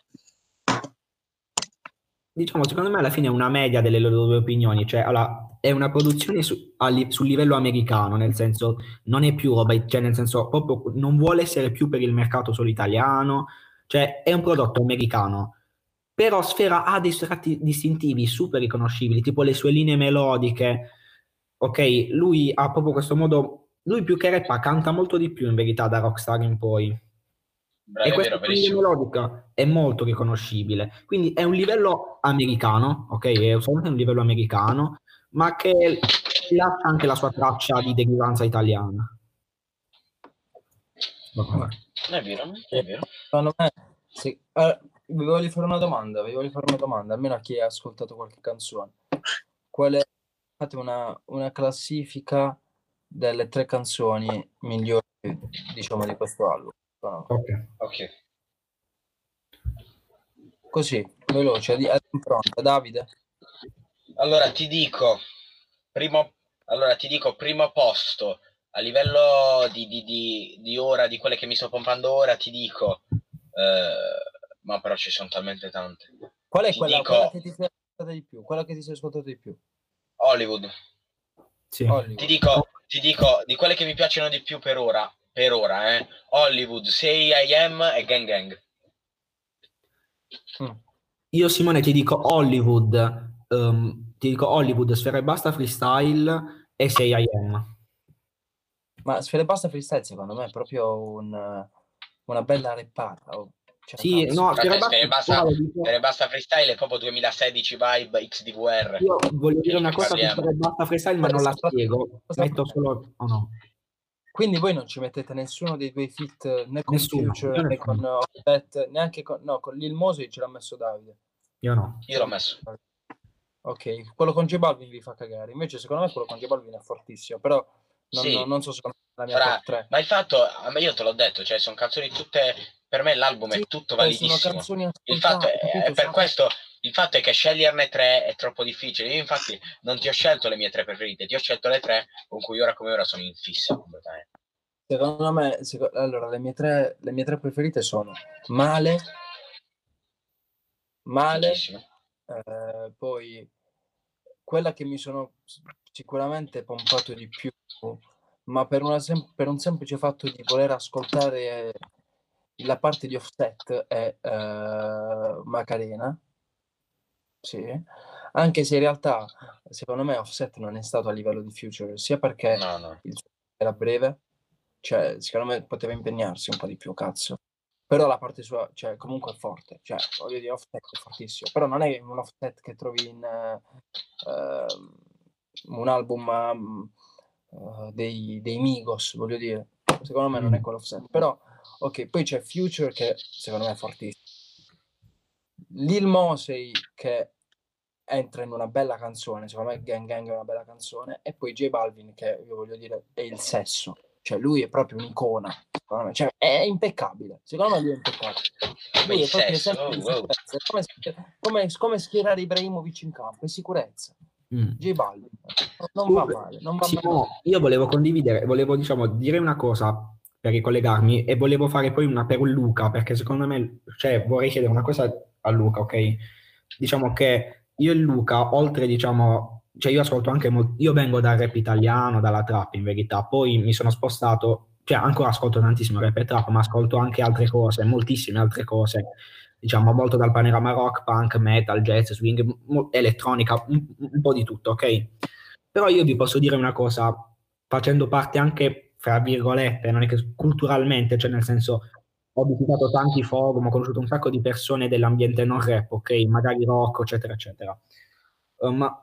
Diciamo, secondo me alla fine è una media delle loro due opinioni, cioè allora, è una produzione sul livello americano, nel senso non è più roba, cioè nel senso proprio non vuole essere più per il mercato solo italiano, cioè è un prodotto americano. Però Sfera ha dei tratti distintivi super riconoscibili, tipo le sue linee melodiche. Ok, lui ha proprio questo modo, lui più che rappa canta molto di più in verità da rockstar in poi. E questa linea melodica è molto riconoscibile. Quindi è un livello americano, ok? È solamente un livello americano, ma che lascia anche la sua traccia di derivanza italiana. È vero, è vero. Secondo me, sì. Vi voglio fare una domanda, almeno a chi ha ascoltato qualche canzone. Fate una classifica delle 3 canzoni migliori, diciamo, di questo album. Ok. Così, veloce, pronta. Davide? Allora ti dico primo posto a livello di ora, di quelle che mi sto pompando ora, ti dico ma però ci sono talmente tante. Qual è quella che ti sei ascoltata di più? Quella che ti sei ascoltata di più? Hollywood. Sì. Hollywood. Ti dico di quelle che mi piacciono di più per ora, Hollywood, Say I Am e Gang Gang. Io Simone ti dico Hollywood, Sfera Ebbasta Freestyle e Say I Am. Ma Sfera Ebbasta Freestyle secondo me è proprio una bella rappata. Cioè, sì, no, Sfera Ebbasta Freestyle è proprio 2016 vibe XDVR. Io voglio dire una cosa su Sfera Ebbasta Freestyle, ma non la spiego. Metto solo... Oh, no. Quindi voi non ci mettete nessuno dei due feat né con Future né con Offset, neanche con Lil Mosey ce l'ha messo Davide. Io no. Io l'ho messo. Ok, quello con J Balvin vi fa cagare. Invece secondo me quello con J Balvin è fortissimo, però non so se la mia top 3. Ma il fatto, a me io te l'ho detto, cioè sono canzoni tutte, per me l'album è tutto validissimo. Sono canzoni il fatto è per questo, il fatto è che sceglierne 3 è troppo difficile. Io infatti non ti ho scelto le mie 3 preferite, ti ho scelto le 3 con cui ora come ora sono in fissa completamente. Secondo me, allora le mie tre preferite sono Male, poi quella che mi sono sicuramente pompato di più, ma per un semplice fatto di voler ascoltare la parte di Offset è Macarena, sì, anche se in realtà secondo me Offset non è stato a livello di Future, sia perché il suo era breve, cioè secondo me poteva impegnarsi un po' di più, cazzo. Però la parte sua, cioè, comunque è forte, cioè, voglio dire, Offset è fortissimo, però non è un Offset che trovi in un album dei Migos, voglio dire, secondo me non è quell'Offset, però, ok, poi c'è Future che secondo me è fortissimo, Lil Mosey che entra in una bella canzone, secondo me Gang Gang è una bella canzone, e poi J Balvin che, io voglio dire, è il sesso, cioè lui è proprio un'icona, secondo me, cioè è impeccabile, secondo me lui è impeccabile, lui è proprio l'esempio di sicurezza, come schierare Ibrahimovic in campo, è sicurezza. J Balvin non va male, io volevo condividere, diciamo dire una cosa per ricollegarmi, e volevo fare poi una per Luca, perché secondo me, cioè vorrei chiedere una cosa a Luca, ok? Diciamo che io e Luca, oltre, diciamo, cioè io ascolto anche io vengo dal rap italiano, dalla trap in verità, poi mi sono spostato, cioè ancora ascolto tantissimo rap e trap, ma ascolto anche altre cose, moltissime altre cose, diciamo molto dal panorama rock, punk, metal, jazz, swing, elettronica, un po' di tutto, ok? Però io vi posso dire una cosa, facendo parte anche, fra virgolette, non è che culturalmente, cioè nel senso, ho visitato tanti forum, ho conosciuto un sacco di persone dell'ambiente non rap, ok? Magari rock, eccetera, eccetera. Ma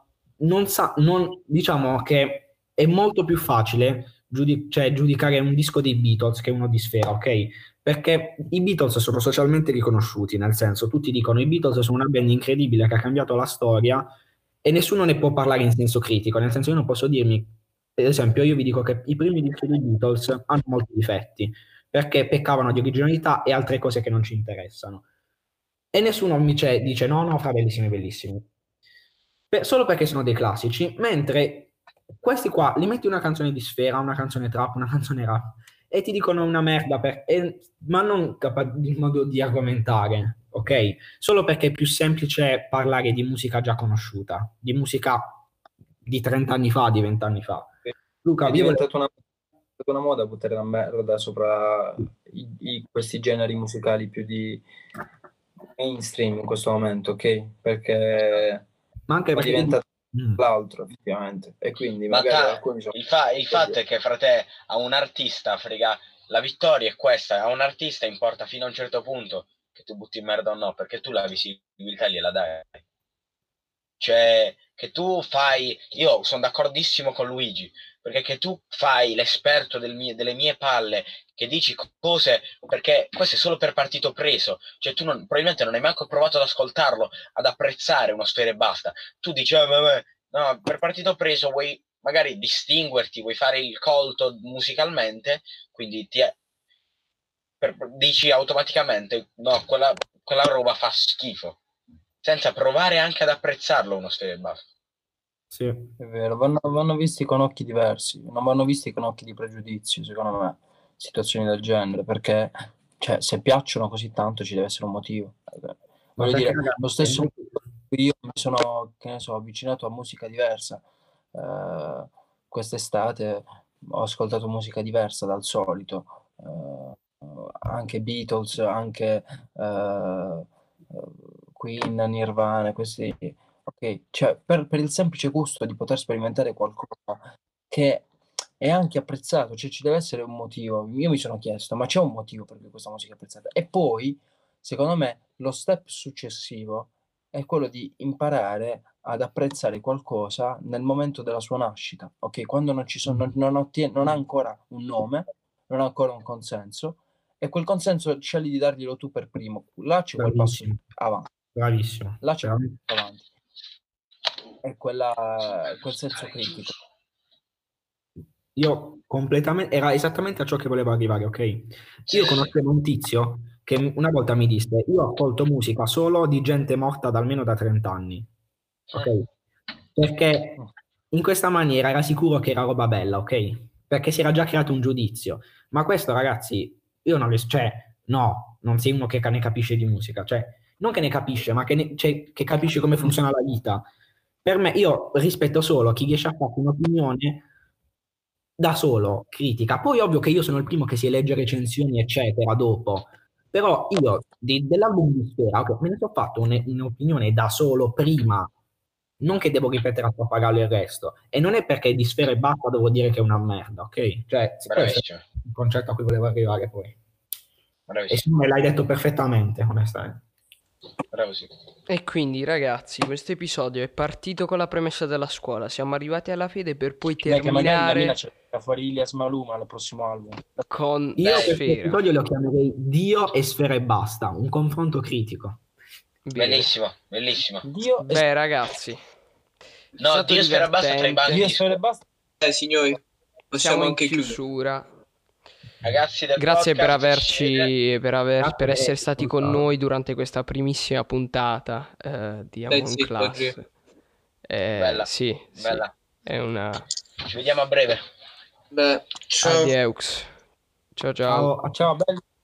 diciamo che è molto più facile giudicare un disco dei Beatles che uno di Sfera, ok? Perché i Beatles sono socialmente riconosciuti, nel senso, tutti dicono i Beatles sono una band incredibile che ha cambiato la storia e nessuno ne può parlare in senso critico, nel senso io non posso dirmi, per esempio io vi dico che i primi dischi dei Beatles hanno molti difetti, perché peccavano di originalità e altre cose che non ci interessano. E nessuno mi dice no, fra bellissimi, bellissimi. Solo perché sono dei classici, mentre questi qua li metti una canzone di Sfera, una canzone trap, una canzone rap, e ti dicono una merda, ma non in modo di argomentare, ok? Solo perché è più semplice parlare di musica già conosciuta, di musica di 30 anni fa, di 20 anni fa. Luca, è diventata una moda buttare la merda sopra questi generi musicali più di mainstream in questo momento, ok? Perché ma anche perché diventa l'altro effettivamente, e quindi magari alcuni sono... il fatto è che fra te a un artista frega, la vittoria è questa, a un artista importa fino a un certo punto che tu butti in merda o no, perché tu la visibilità gliela dai, cioè che tu fai, io sono d'accordissimo con Luigi, perché che tu fai l'esperto delle mie palle, che dici cose, perché questo è solo per partito preso, cioè tu probabilmente non hai manco provato ad ascoltarlo, ad apprezzare uno Sfera e Basta, tu dici no, per partito preso vuoi magari distinguerti, vuoi fare il colto musicalmente, quindi dici automaticamente no, quella roba fa schifo, senza provare anche ad apprezzarlo uno Sfera e Basta. Sì, è vero, vanno visti con occhi diversi, non vanno visti con occhi di pregiudizio, secondo me, situazioni del genere, perché cioè, se piacciono così tanto ci deve essere un motivo. Voglio dire, lo stesso io mi sono, che ne so, avvicinato a musica diversa. Quest'estate ho ascoltato musica diversa dal solito, anche Beatles, anche Queen, Nirvana, questi... Ok, cioè per il semplice gusto di poter sperimentare qualcosa che è anche apprezzato, cioè ci deve essere un motivo. Io mi sono chiesto, ma c'è un motivo per cui questa musica è apprezzata? E poi, secondo me, lo step successivo è quello di imparare ad apprezzare qualcosa nel momento della sua nascita, ok? Quando non ci sono, non ha ancora un nome, non ha ancora un consenso, e quel consenso scegli di darglielo tu per primo. Là c'è quel passo avanti. Bravissimo. Là c'è quel passo avanti. È quel senso critico. Io completamente, era esattamente a ciò che volevo arrivare, ok? Io conoscevo un tizio che una volta mi disse, io ascolto musica solo di gente morta da almeno da 30 anni, ok? Perché in questa maniera era sicuro che era roba bella, ok? Perché si era già creato un giudizio. Ma questo, ragazzi, io non non sei uno che ne capisce di musica, cioè, non che ne capisce, ma che capisce come funziona la vita. Per me, io rispetto solo chi riesce a fare un'opinione da solo, critica. Poi ovvio che io sono il primo che si legge recensioni, eccetera, dopo. Però io dell'album di Sfera, ok, me ne sono fatto un'opinione da solo prima, non che devo ripetere a pappagallo il resto. E non è perché di Sfera e basta devo dire che è una merda, ok? Cioè, questo è il concetto a cui volevo arrivare poi. E se me l'hai detto perfettamente, onestamente. E quindi ragazzi, questo episodio è partito con la premessa della scuola, siamo arrivati alla fede per poi terminare c'è fuori Ilias Maluma al prossimo album con io questo Sfera. episodio lo chiamerei Dio e Sfera e basta, un confronto critico. Bellissimo. Beh ragazzi, no, Dio Sfera e basta tra i banchi. Dio Sfera e basta. Signori, possiamo siamo anche in chiusura. Ragazzi del Grazie podcast, per essere stati con noi durante questa primissima puntata di Among Class. Bella. Sì, bella. È una... Ci vediamo a breve. Beh, ciao. Adieux. Ciao. Ciao belli.